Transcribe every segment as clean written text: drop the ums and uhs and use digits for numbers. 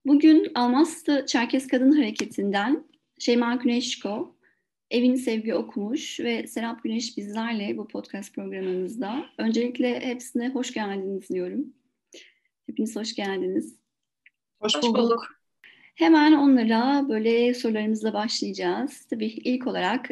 Bugün Almasta Çerkes Kadın Hareketi'nden Şeyma Güneşko, Evini Sevgi okumuş ve Serap Güneş bizlerle bu podcast programımızda. Öncelikle hepsine hoş geldiniz diyorum. Hepiniz hoş geldiniz. Hoş Hoş bulduk. bulduk. Hemen onlara böyle sorularımızla başlayacağız. Tabii ilk olarak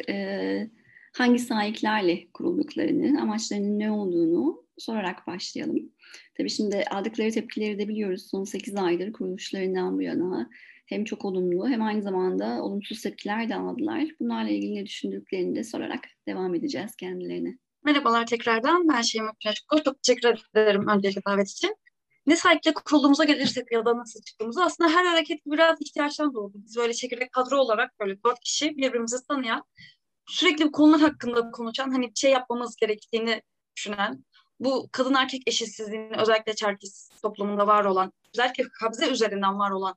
hangi sahiplerle kurulduklarını, amaçlarının ne olduğunu sorarak başlayalım. Tabii şimdi aldıkları tepkileri de biliyoruz. Son 8 aydır kuruluşlarından bu yana hem çok olumlu hem aynı zamanda olumsuz tepkiler de aldılar. Bunlarla ilgili ne düşündüklerini de sorarak devam edeceğiz kendilerine. Merhabalar tekrardan. Ben Şeyma Güneşko. Çok teşekkür ederim öncelikle davet için. Ne sahiple kurulduğumuza gelirsek ya da nasıl çıktığımıza aslında her hareket biraz ihtiyaçtan doğdu. Biz böyle çekirdek kadro olarak böyle 4 kişi birbirimizi tanıyan, sürekli bu konular hakkında konuşan, hani bir şey yapmamız gerektiğini düşünen, bu kadın erkek eşitsizliğinin özellikle Çerkes toplumunda var olan, özellikle kabze üzerinden var olan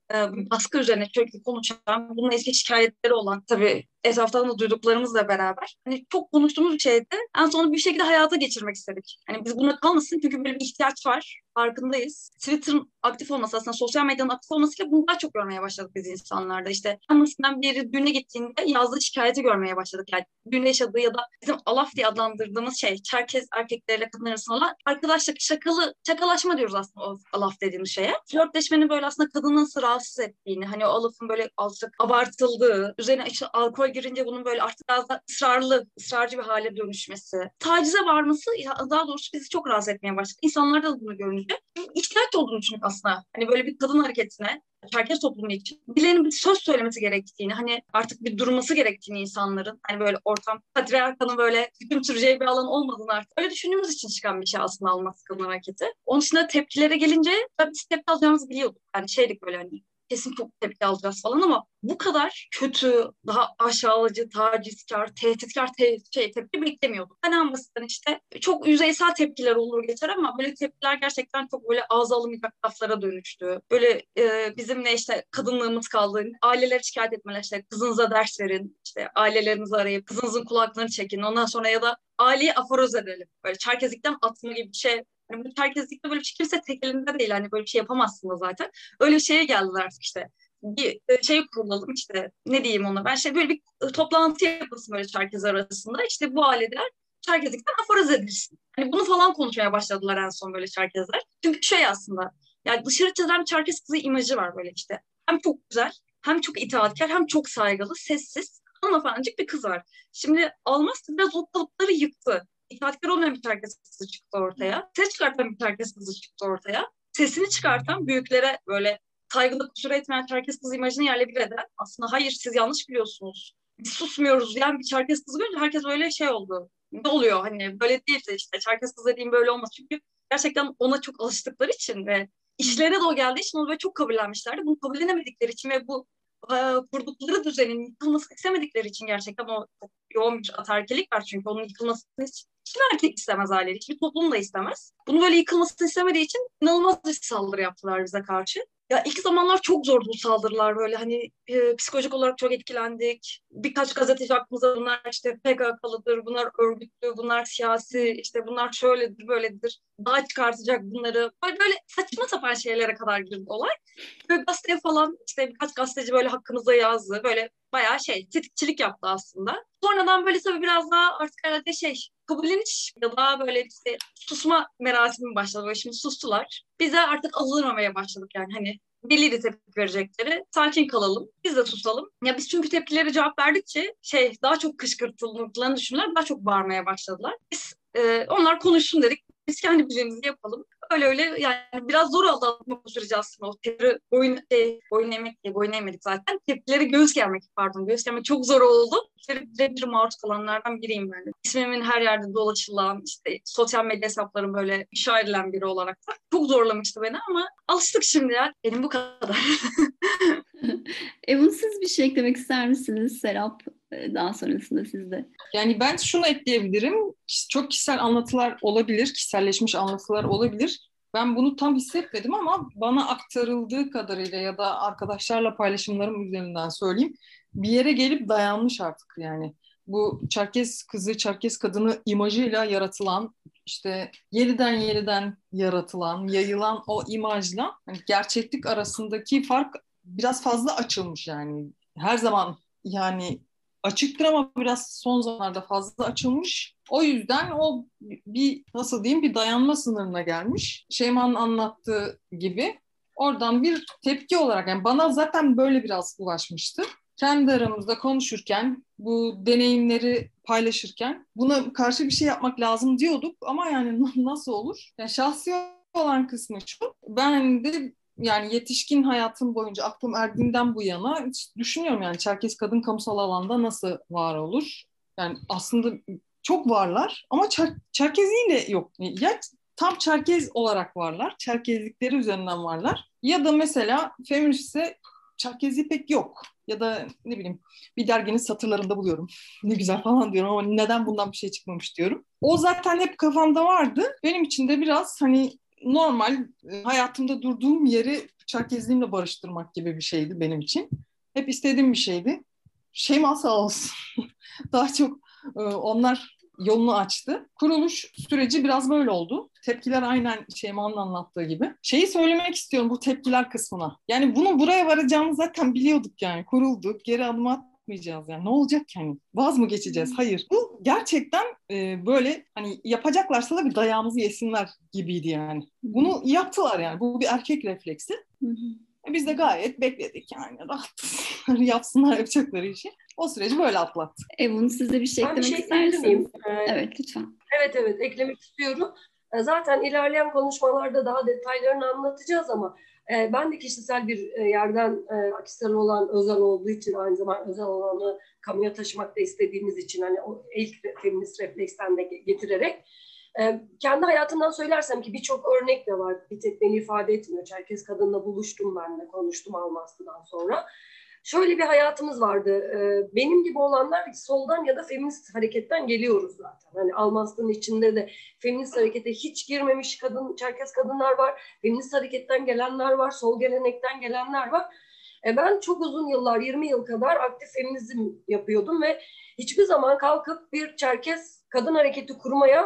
baskı üzerine sürekli konuşan, bununla ilgili şikayetleri olan, tabii etraftan da duyduklarımızla beraber hani çok konuştuğumuz bir şeydi. En sonunda bir şekilde hayata geçirmek istedik. Hani biz buna kalmasın çünkü böyle bir ihtiyaç var. Farkındayız. Twitter'ın aktif olması, aslında sosyal medyanın aktif olmasıyla bunu daha çok görmeye başladık biz insanlarda. İşte annesinden biri düğüne gittiğinde yazdığı şikayeti görmeye başladık. Yani düğünde yaşadığı ya da bizim alaf diye adlandırdığımız şey, Çerkez erkekleriyle kadın arasında olan arkadaşlık, şakalaşma diyoruz aslında o alaf dediğimiz şeye. Flörtleşmenin böyle aslında kadının nasıl rahatsız ettiğini, hani o alafın böyle alçak, abartıldığı, üzerine işte alkol girince bunun böyle artık biraz da ısrarcı bir hale dönüşmesi, tacize varması, daha doğrusu bizi çok rahatsız etmeye başladı. İnsanlarda da bunu görünce ihtiyaç olduğunu düşündük aslında. Hani böyle bir kadın hareketine, Çerkez toplumu için birilerinin bir söz söylemesi gerektiğini, hani artık bir durması gerektiğini insanların, hani böyle ortam patriarkanın böyle hüküm süreceği bir alan olmadığını artık öyle düşündüğümüz için çıkan bir şey aslında Alması Kadın Hareketi. Onun dışında tepkilere gelince biz tepki alacağımızı biliyorduk. Yani şeydik böyle hani kesin çok tepki alacağız falan ama bu kadar kötü, daha aşağılayıcı, tacizkar, tehditkar tepki beklemiyorduk. Ben en basitten işte çok yüzeysel tepkiler olur geçer ama böyle tepkiler gerçekten çok böyle ağza alınmayacak laflara dönüştü. Böyle bizimle işte kadınlığımız kaldı. Aileler şikayet etmeler, işte kızınıza ders verin, işte ailelerinizi arayıp kızınızın kulaklarını çekin. Ondan sonra ya da aileyi aforoz edelim. Böyle Çerkezlikten atma gibi bir şey. Yani bu Çerkezlikte böyle bir şey kimse tek elinde değil. Hani böyle bir şey yapamazsınız zaten. Öyle bir şeye geldiler artık işte. Bir şey kurulalım işte, ne diyeyim ona, ben şey böyle bir toplantı yapılsın böyle Çerkez arasında, işte bu aileler Çerkezlikten aforoz edilsin. Hani bunu falan konuşmaya başladılar en son böyle Çerkezler. Çünkü şey aslında, yani dışarı çizen Çerkez kızı imajı var böyle işte. Hem çok güzel, hem çok itaatkar, hem çok saygılı, sessiz, hanımefendicik bir kız var. Şimdi Almaz biraz o kalıpları yıktı. İtaatkar olmayan bir Çerkez kızı çıktı ortaya. Ses çıkartan bir Çerkez kızı çıktı ortaya. Sesini çıkartan, büyüklere böyle saygılı, kusur etmeyen Çerkez kızı imajını yerle bir eden, aslında hayır siz yanlış biliyorsunuz, biz susmuyoruz diyen bir Çerkez kızı görünce herkes böyle şey oldu. Ne oluyor, hani böyle değilse işte Çerkez kızı dediğim böyle olmaz. Çünkü gerçekten ona çok alıştıkları için ve işlerine de o geldiği için onu böyle çok kabullenmişlerdi. Bunu kabullenemedikleri için ve bu kurdukları düzenin yıkılmasını istemedikleri için, gerçekten o çok yoğun bir ataerkilik var çünkü onun yıkılmasını hiçbir erkek istemez aileleri, hiçbir toplum da istemez. Bunu böyle yıkılmasını istemediği için inanılmaz bir saldırı yaptılar bize karşı. Ya ilk zamanlar çok zordu bu saldırılar, böyle hani psikolojik olarak çok etkilendik. Birkaç gazeteci aklımıza, bunlar işte PKK'lıdır, bunlar örgütlü, bunlar siyasi, işte bunlar şöyledir, böyledir, daha çıkartacak bunları. Böyle saçma sapan şeylere kadar girdi olay. Böyle gazeteye falan işte birkaç gazeteci böyle hakkımızda yazdı. Böyle bayağı şey, tetikçilik yaptı aslında. Sonradan böyle tabii biraz daha artık herhalde şey, kabulleniş ya da böyle işte susma merasimi başladı. Böyle şimdi sustular. Biz de artık alınmamaya başladık yani, hani belliydi tepki verecekleri. Sakin kalalım. Biz de susalım. Ya biz çünkü tepkilere cevap verdikçe şey, daha çok kışkırtıldıklarını düşündüler. Daha çok bağırmaya başladılar. Biz onlar konuşsun dedik. Biz kendi bildiğimizi yapalım. Öyle öyle yani, biraz zor oldu atlatma süreci aslında. O tepkileri boyun eğmedik zaten. Tepkileri göğüs germek çok zor oldu. Birebir maruz kalanlardan biriyim ben de. İsmimin her yerde dolaşılan, işte sosyal medya hesaplarım böyle ifşa edilen biri olarak da çok zorlamıştı beni ama alıştık şimdi ya. Benim bu kadar. Evun, siz bir şey eklemek ister misiniz Serap? Daha sonrasında siz de. Yani ben şunu ekleyebilirim. Çok kişisel anlatılar olabilir, kişiselleşmiş anlatılar olabilir. Ben bunu tam hissetmedim ama bana aktarıldığı kadarıyla ya da arkadaşlarla paylaşımlarım üzerinden söyleyeyim. Bir yere gelip dayanmış artık yani. bu Çerkez kızı, Çerkez kadını imajıyla yaratılan, işte yeniden yaratılan, yayılan o imajla hani gerçeklik arasındaki fark biraz fazla açılmış yani. Her zaman yani açıktır ama biraz son zamanlarda fazla açılmış. O yüzden o bir nasıl diyeyim bir dayanma sınırına gelmiş. Şeyma'nın anlattığı gibi oradan bir tepki olarak yani bana zaten böyle biraz ulaşmıştı. Kendi aramızda konuşurken, bu deneyimleri paylaşırken buna karşı bir şey yapmak lazım diyorduk ama yani nasıl olur? Yani şahsi olan kısmı şu, ben de yani yetişkin hayatım boyunca aklım erdiğinden bu yana hiç düşünüyorum yani Çerkez kadın kamusal alanda nasıl var olur? Yani aslında çok varlar ama Çerkeziyle yok. Ya tam Çerkez olarak varlar, Çerkezlikleri üzerinden varlar ya da mesela feministse Çerkezi pek yok. Ya da ne bileyim bir derginin satırlarında buluyorum. Ne güzel falan diyorum ama neden bundan bir şey çıkmamış diyorum. O zaten hep kafamda vardı. Benim için de biraz hani normal hayatımda durduğum yeri Çerkezliğimle barıştırmak gibi bir şeydi benim için. Hep istediğim bir şeydi. Şeyma sağ olsun. Daha çok onlar yolunu açtı. Kuruluş süreci biraz böyle oldu. Tepkiler aynen Şeyma'nın anlattığı gibi. Şeyi söylemek istiyorum bu tepkiler kısmına. Yani bunu buraya varacağımızı zaten biliyorduk yani. Kurulduk, geri adım atmayacağız yani. Ne olacak ki hani? Vaz mı geçeceğiz? Hayır. Bu gerçekten böyle hani yapacaklarsa da bir dayağımızı yesinler gibiydi yani. Bunu yaptılar yani. Bu bir erkek refleksi. Biz de gayet bekledik yani rahat yapsınlar yapacakları işi. O süreci böyle atlattık. Bunu siz de bir şey Ben bir eklemek şey ister ekleyebilir misiniz? miyim? Evet, lütfen. Evet, eklemek istiyorum. Zaten ilerleyen konuşmalarda daha detaylarını anlatacağız ama ben de kişisel bir yerden kişisel olan özel olduğu için aynı zamanda özel olanı kamuya taşımak da istediğimiz için hani o ilk feminist refleksten de getirerek kendi hayatımdan söylersem ki birçok örnek de var. Bir tek beni ifade etmiyor. Çerkez kadınla buluştum ben de konuştum Almastı'dan sonra. Şöyle bir hayatımız vardı. Benim gibi olanlar soldan ya da feminist hareketten geliyoruz zaten. Hani Almastı'nın içinde de feminist harekete hiç girmemiş Çerkez kadınlar var. Feminist hareketten gelenler var. Sol gelenekten gelenler var. Ben çok uzun yıllar, 20 yıl kadar aktif feminizm yapıyordum ve hiçbir zaman kalkıp bir Çerkez kadın hareketi kurmaya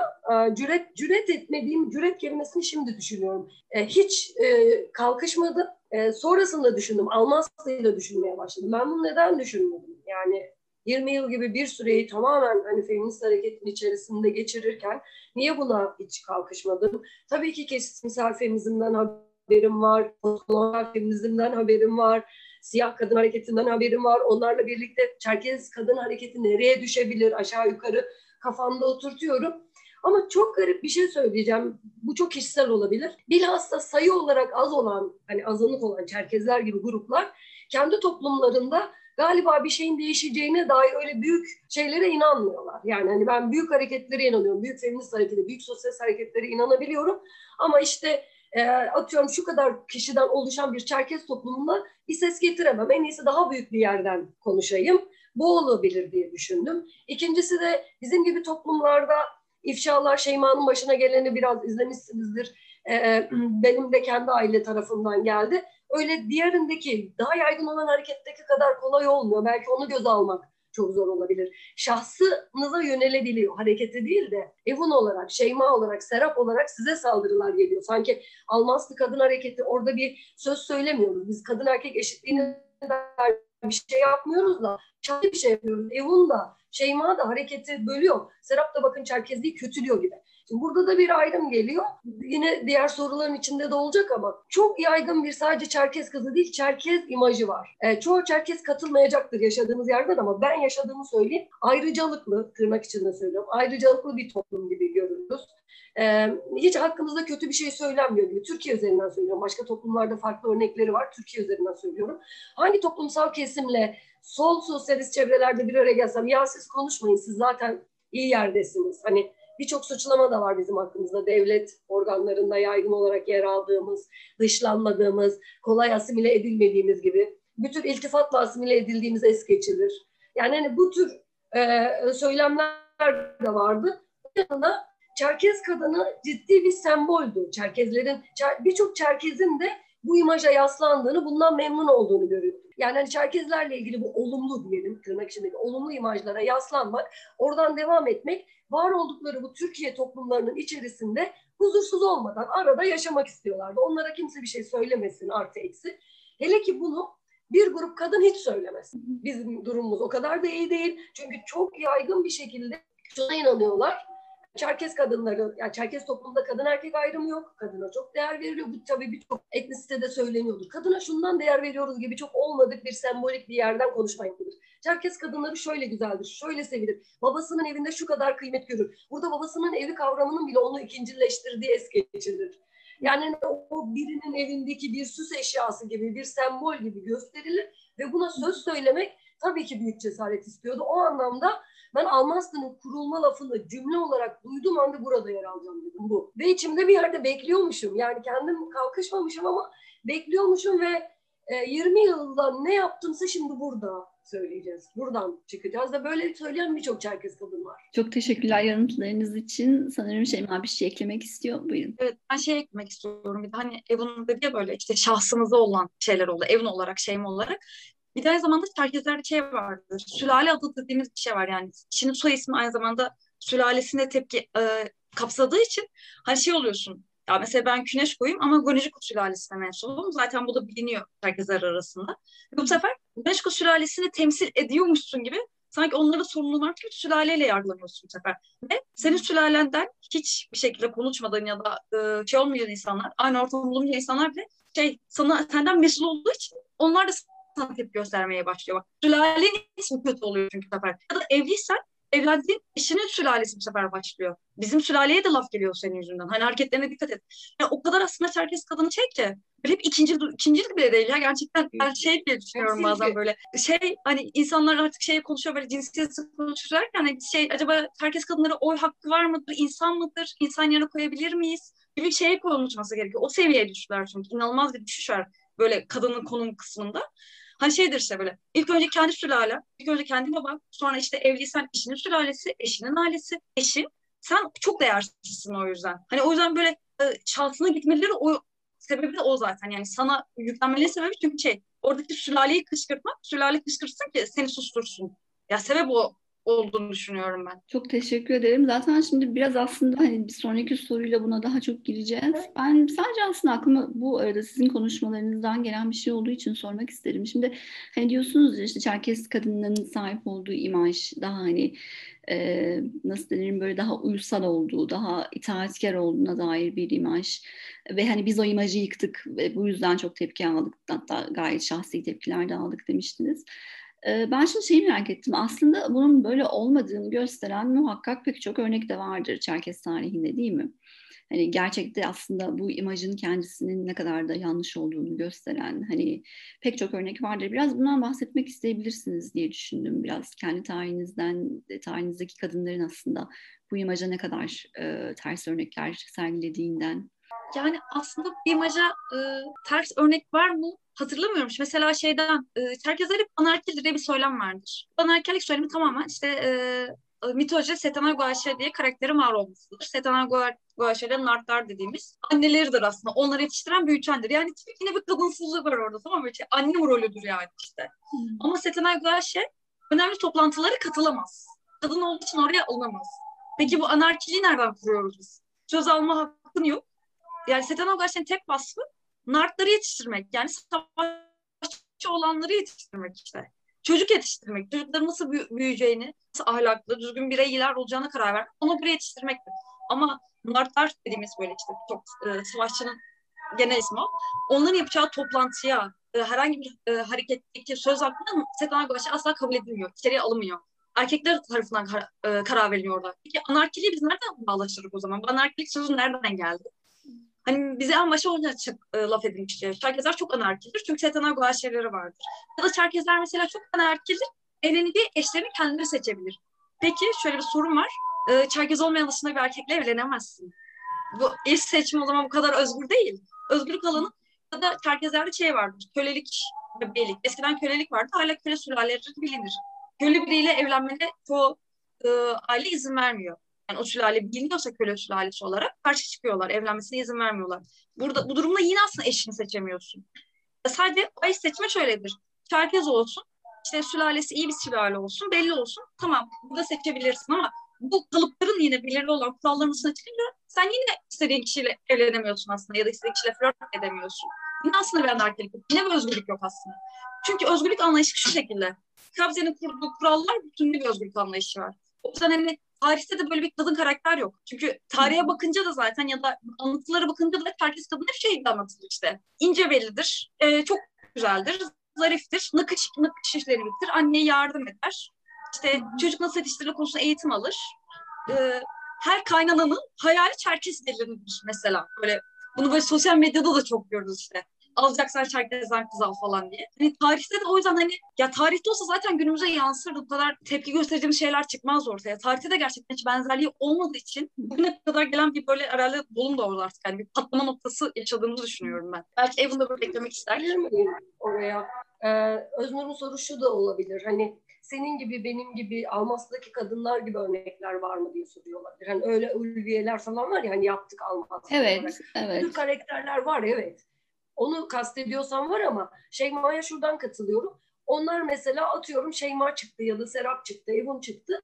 cüret etmediğim, cüret kelimesini şimdi düşünüyorum. Hiç kalkışmadım. Sonrasında düşündüm. Almaslı'yla düşünmeye başladım. Ben bunu neden düşünmedim? Yani 20 yıl gibi bir süreyi tamamen hani feminist hareketin içerisinde geçirirken niye buna hiç kalkışmadım? Tabii ki kesimsel feminizmden haberim var. Postkolonyal feminizmden haberim var. Siyah kadın hareketinden haberim var. Onlarla birlikte Çerkez kadın hareketi nereye düşebilir aşağı yukarı kafamda oturtuyorum. Ama çok garip bir şey söyleyeceğim. Bu çok kişisel olabilir. Bilhassa sayı olarak az olan, hani azınlık olan Çerkezler gibi gruplar kendi toplumlarında galiba bir şeyin değişeceğine dair öyle büyük şeylere inanmıyorlar. Yani hani ben büyük hareketlere inanıyorum. Büyük feminist harekete, büyük sosyalist hareketlere inanabiliyorum. Ama işte atıyorum şu kadar kişiden oluşan bir Çerkez toplumuna bir ses getiremem. En iyisi daha büyük bir yerden konuşayım. Bu olabilir diye düşündüm. İkincisi de bizim gibi toplumlarda ifşalar, Şeyma'nın başına geleni biraz izlemişsinizdir. Benim de kendi aile tarafından geldi. Öyle diğerindeki daha yaygın olan hareketteki kadar kolay olmuyor. Belki onu göze almak çok zor olabilir. Şahsınıza yönelebiliyor. Hareketi değil de Evun olarak, Şeyma olarak, Serap olarak size saldırılar geliyor. Sanki Almaslı Kadın Hareketi orada bir söz söylemiyoruz. Biz kadın erkek eşitliğine dair bir şey yapmıyoruz da şahsi bir şey yapıyoruz. Evun da, Şeyma da hareketi bölüyor. Serap da bakın Çerkezliği kötülüyor gibi. Şimdi burada da bir ayrım geliyor. Yine diğer soruların içinde de olacak ama çok yaygın bir sadece Çerkez kızı değil, Çerkez imajı var. Çoğu Çerkez katılmayacaktır yaşadığımız yerden ama ben yaşadığımı söyleyeyim. Ayrıcalıklı, tırnak içinde söylüyorum, ayrıcalıklı bir toplum gibi görüyoruz. Hiç hakkımızda kötü bir şey söylenmiyor gibi. Türkiye üzerinden söylüyorum. Başka toplumlarda farklı örnekleri var. Türkiye üzerinden söylüyorum. Hangi toplumsal kesimle sol sosyalist çevrelerde bir araya gelsem ya siz konuşmayın siz zaten iyi yerdesiniz. Hani birçok suçlama da var bizim hakkımızda. Devlet organlarında yaygın olarak yer aldığımız, dışlanmadığımız, kolay asimile edilmediğimiz gibi. Bir tür iltifatla asimile edildiğimiz es geçilir. Yani hani bu tür söylemler de vardı. Yanında Çerkez kadını ciddi bir semboldü. Çerkezlerin, birçok Çerkez'in de bu imaja yaslandığını, bundan memnun olduğunu görüyorduk. Yani hani Çerkezlerle ilgili bu olumlu diyelim, tırnak içindeki olumlu imajlara yaslanmak, oradan devam etmek, var oldukları bu Türkiye toplumlarının içerisinde huzursuz olmadan arada yaşamak istiyorlardı. Onlara kimse bir şey söylemesin, artı eksi. Hele ki bunu bir grup kadın hiç söylemez. Bizim durumumuz o kadar da iyi değil. Çünkü çok yaygın bir şekilde şuna inanıyorlar. Çerkez kadınları, yani Çerkez toplumunda kadın erkek ayrımı yok. Kadına çok değer veriliyor. Bu tabii birçok etnisitede söyleniyordur. Kadına şundan değer veriyoruz gibi çok olmadık bir sembolik bir yerden konuşma yapılır. Çerkez kadınları şöyle güzeldir, şöyle sevilir. Babasının evinde şu kadar kıymet görür. Burada babasının evi kavramının bile onu ikincileştirdiği es geçirilir. Yani o birinin evindeki bir süs eşyası gibi, bir sembol gibi gösterilir ve buna söz söylemek tabii ki büyük cesaret istiyordu. O anlamda ben Almasta'nın kurulma lafını cümle olarak duyduğum anda burada yer alacağım dedim bu. Ve içimde bir yerde bekliyormuşum. Yani kendim kalkışmamışım ama bekliyormuşum ve 20 yılda ne yaptımsa şimdi burada söyleyeceğiz. Buradan çıkacağız da böyle söyleyen birçok Çerkez kadın var. Çok teşekkürler yanıtlarınız için. Sanırım Şeyma bir şey eklemek istiyor. Buyurun. Evet, ben şey eklemek istiyorum. Bir de hani Evun dedi ya, böyle işte şahsımıza olan şeyler oldu. Evun olarak, Şeyma olarak. Bir de aynı zamanda Çerkezlerde şey vardır. Sülale adı dediğimiz bir şey var yani. Kişinin soy ismi aynı zamanda sülalesine tepki kapsadığı için hani şey oluyorsun. Ya mesela ben Güneşko'yum ama Goneciko sülalesine mensubum. Zaten bu da biliniyor Çerkezler arasında. Ve bu sefer Goneciko sülalesini temsil ediyormuşsun gibi, sanki onlara sorumluluğu var gibi sülaleyle yargılanıyorsun bu sefer. Ve senin sülalenden hiçbir şekilde konuşmadığın ya da şey olmayan insanlar, aynı ortamda bulunmayan insanlar bile senden mesul olduğu için onlar da sana tepki göstermeye başlıyor. Bak, sülalenin ismi kötü oluyor çünkü bu sefer. Ya da evliysen evlendiğin eşinin sülalesi bu sefer başlıyor. Bizim sülaleye de laf geliyor senin yüzünden. Hani hareketlerine dikkat et. Yani o kadar aslında Çerkez kadını şey ki, hep ikinci bile değil ya, gerçekten ben şey bile düşünüyorum bazen, böyle hani insanlar artık konuşuyor, böyle cinsiyet konuşurken hani acaba Çerkez kadınlara oy hakkı var mıdır, insan mıdır, insan yerine koyabilir miyiz gibi konuşması gerekiyor. O seviyeye düştüler çünkü inanılmaz bir düşüş var böyle kadının konum kısmında. Hani şeydir işte, böyle ilk önce kendi sülalen, ilk önce kendi baban, sonra işte evliysen eşinin sülalesi, eşinin ailesi, eşin. Sen çok değersizsin o yüzden. Hani o yüzden böyle şansına gitmeleri o sebebi de o zaten. Yani sana yüklenmeleri sebebi çünkü oradaki sülaleyi kışkırtmak, sülale kışkırtsın ki seni sustursun. Ya sebep o olduğunu düşünüyorum ben. Çok teşekkür ederim. Zaten şimdi biraz aslında hani bir sonraki soruyla buna daha çok gireceğiz. Ben sadece aslında aklıma bu arada sizin konuşmalarınızdan gelen bir şey olduğu için sormak isterim. Şimdi hani diyorsunuz ya, işte Çerkez kadınlarının sahip olduğu imaj daha hani nasıl denir, böyle daha uysal olduğu, daha itaatkar olduğuna dair bir imaj. Ve hani biz o imajı yıktık ve bu yüzden çok tepki aldık. Hatta gayet şahsi tepkiler de aldık demiştiniz. Ben şimdi şeyi merak ettim. Aslında bunun böyle olmadığını gösteren muhakkak pek çok örnek de vardır Çerkez tarihinde, değil mi? Hani gerçekte aslında bu imajın kendisinin ne kadar da yanlış olduğunu gösteren hani pek çok örnek vardır. Biraz bundan bahsetmek isteyebilirsiniz diye düşündüm. Biraz kendi tarihinizden, tarihinizdeki kadınların aslında bu imaja ne kadar ters örnekler sergilediğinden. Yani aslında bir imaja ters örnek var mı? Hatırlamıyorum. Mesela Çerkezler hep anaerkildir diye bir söylem vardır. Anaerkillik söylemi tamamen mitolojide Setenay Guaşe diye karakterin var olmasıdır. Setenay Guaşe'de nartlar dediğimiz anneleridir aslında. Onları yetiştiren büyütendir. Yani yine bir kadınsızlık var orada, tamam mı? Anne rolüdür yani işte. Ama Setenay Guaşe önemli toplantılara katılamaz. Kadın olduğu için oraya alınamaz. Peki bu anaerkiliği nereden kuruyoruz biz? Söz alma hakkın yok. Yani Setenay Guaşe'nin tek vasfı nartları yetiştirmek. Yani savaşçı olanları yetiştirmek işte. Çocuk yetiştirmek. Çocukların nasıl büyüyeceğini, nasıl ahlaklı, düzgün bireyler olacağına karar vermek. Ona göre yetiştirmektir. Ama nartlar dediğimiz böyle işte çok savaşçının genel ismi o. Onların yapacağı toplantıya, herhangi bir hareketteki söz hakkında Setenay Guaşe asla kabul edilmiyor. İçeriye alınmıyor. Erkekler tarafından karar veriliyor orada. Peki anarkiliği biz nereden bağlaştırdık o zaman? Bu anarkilik sözü nereden geldi? Hani bize en başta orada laf edilmişti. Çerkezler çok anarkidir çünkü Setenay Guaşe'leri vardır. Ya da Çerkezler mesela çok anarkidir, evlendiği eşlerini kendileri seçebilir. Peki şöyle bir sorun var. Çerkez olmayan dışında bir erkekle evlenemezsin. Bu eş seçimi o zaman bu kadar özgür değil. Özgürlük alanı ya da Çerkezlerde vardır. Kölelik ve beylik. Eskiden kölelik vardı. Hala köle sülaleleri bilinir. Köle biriyle evlenmene çoğu aile izin vermiyor. Yani o sülale biliniyorsa köle sülalesi olarak karşı çıkıyorlar. Evlenmesine izin vermiyorlar. Bu durumda yine aslında eşini seçemiyorsun. Sadece o eş seçme şöyledir. Çerkez olsun, işte sülalesi iyi bir sülale olsun, belli olsun. Tamam, burada seçebilirsin ama bu kalıpların yine belirli olan kuralların dışına çıkınca sen yine istediğin kişiyle evlenemiyorsun aslında ya da istediğin kişiyle flört edemiyorsun. Yine aslında bir anarkilik yok. Yine bir özgürlük yok aslında. Çünkü özgürlük anlayışı şu şekilde. Kabze'nin kurduğu kurallar bütünlü bir özgürlük anlayışı var. O yüzden hani tarihte de böyle bir kadın karakter yok. Çünkü tarihe bakınca da zaten ya da anlatılara bakınca da herkes kadın hep şey anlatılır işte. İnce bellidir, çok güzeldir, zariftir, nakış işleri bitir, anneye yardım eder. İşte çocuk nasıl yetiştirilir konusunda eğitim alır. Her kaynananın hayali Çerkes gelinidir mesela. Bunu böyle sosyal medyada da çok görürüz işte. Alacaksan Çerkez'den kız al falan diye. Hani tarihte de o yüzden hani ya tarihte olsa zaten günümüze yansırdı. Bu kadar tepki göstereceğimiz şeyler çıkmaz ortaya. Tarihte de gerçekten hiç benzerliği olmadığı için bugüne kadar gelen bir böyle herhalde dolum da orada artık. Yani bir patlama noktası yaşadığımızı düşünüyorum ben. Belki Evan da böyle eklemek ister. Bilir miyim oraya? Öznur'un soru şu da olabilir. Hani senin gibi benim gibi Almas'taki kadınlar gibi örnekler var mı diye soruyor olabilir. Hani öyle ulviyeler falan var ya hani yaptık Almas. Evet, evet. Bu karakterler var evet. Onu kastediyorsan var ama Şeyma'ya şuradan katılıyorum. Onlar mesela atıyorum Şeyma çıktı ya da Serap çıktı, Evun çıktı.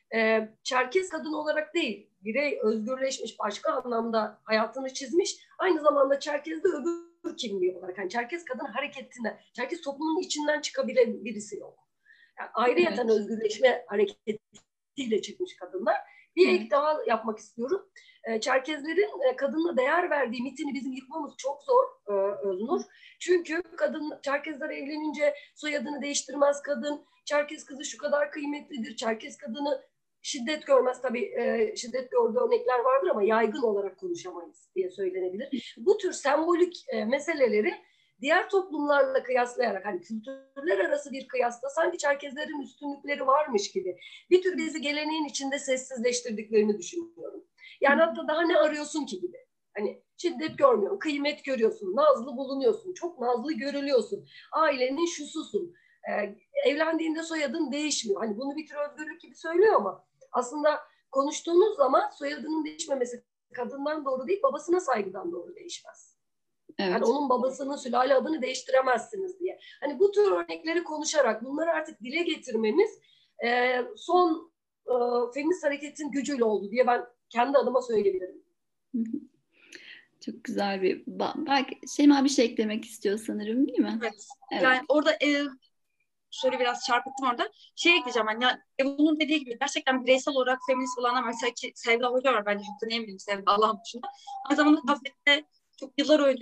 Çerkez kadın olarak değil, birey özgürleşmiş, başka anlamda hayatını çizmiş. Aynı zamanda Çerkez'de öbür kimliği olarak. Yani Çerkez kadın hareketine, Çerkez toplumunun içinden çıkabilen birisi yok. Yani ayrıyeten özgürleşme hareketiyle çıkmış kadınlar. Bir ek daha yapmak istiyorum. Çerkezlerin kadına değer verdiği mitini bizim yıkmamız çok zor Öznur. Çünkü kadın Çerkezler evlenince soyadını değiştirmez kadın. Çerkez kızı şu kadar kıymetlidir. Çerkez kadını şiddet görmez. Tabii şiddet gördüğü örnekler vardır ama yaygın olarak konuşamayız diye söylenebilir. Bu tür sembolik meseleleri diğer toplumlarla kıyaslayarak hani kültürler arası bir kıyasla sanki Çerkezlerin üstünlükleri varmış gibi bir tür bizi geleneğin içinde sessizleştirdiklerini düşünüyorum. Yani hatta daha ne arıyorsun ki gibi. Hani şiddet görmüyorsun, kıymet görüyorsun, nazlı bulunuyorsun, çok nazlı görülüyorsun. Ailenin şususun. Evlendiğinde soyadın değişmiyor. Hani bunu bir tür özgürlük gibi söylüyor ama aslında konuştuğunuz zaman soyadının değişmemesi kadından doğru değil, babasına saygıdan doğru değişmez. Evet. Yani onun babasının sülale adını değiştiremezsiniz diye. Hani bu tür örnekleri konuşarak bunları artık dile getirmemiz son feminist hareketin gücüyle oldu diye ben kendi adıma söyleyebilirim. Çok güzel bir... Belki Şeyma bir şey eklemek istiyor sanırım değil mi? Evet. Yani orada şöyle biraz çarpıttım orada. Ekleyeceğim ben. Yani Evan'ın dediği gibi gerçekten bireysel olarak feminist olanlar mesela ki Sevda Hoca var bence çok tanıyabilirim Sevda Allah'ın dışında. Aynı zamanda Kafet'te çok yıllar önce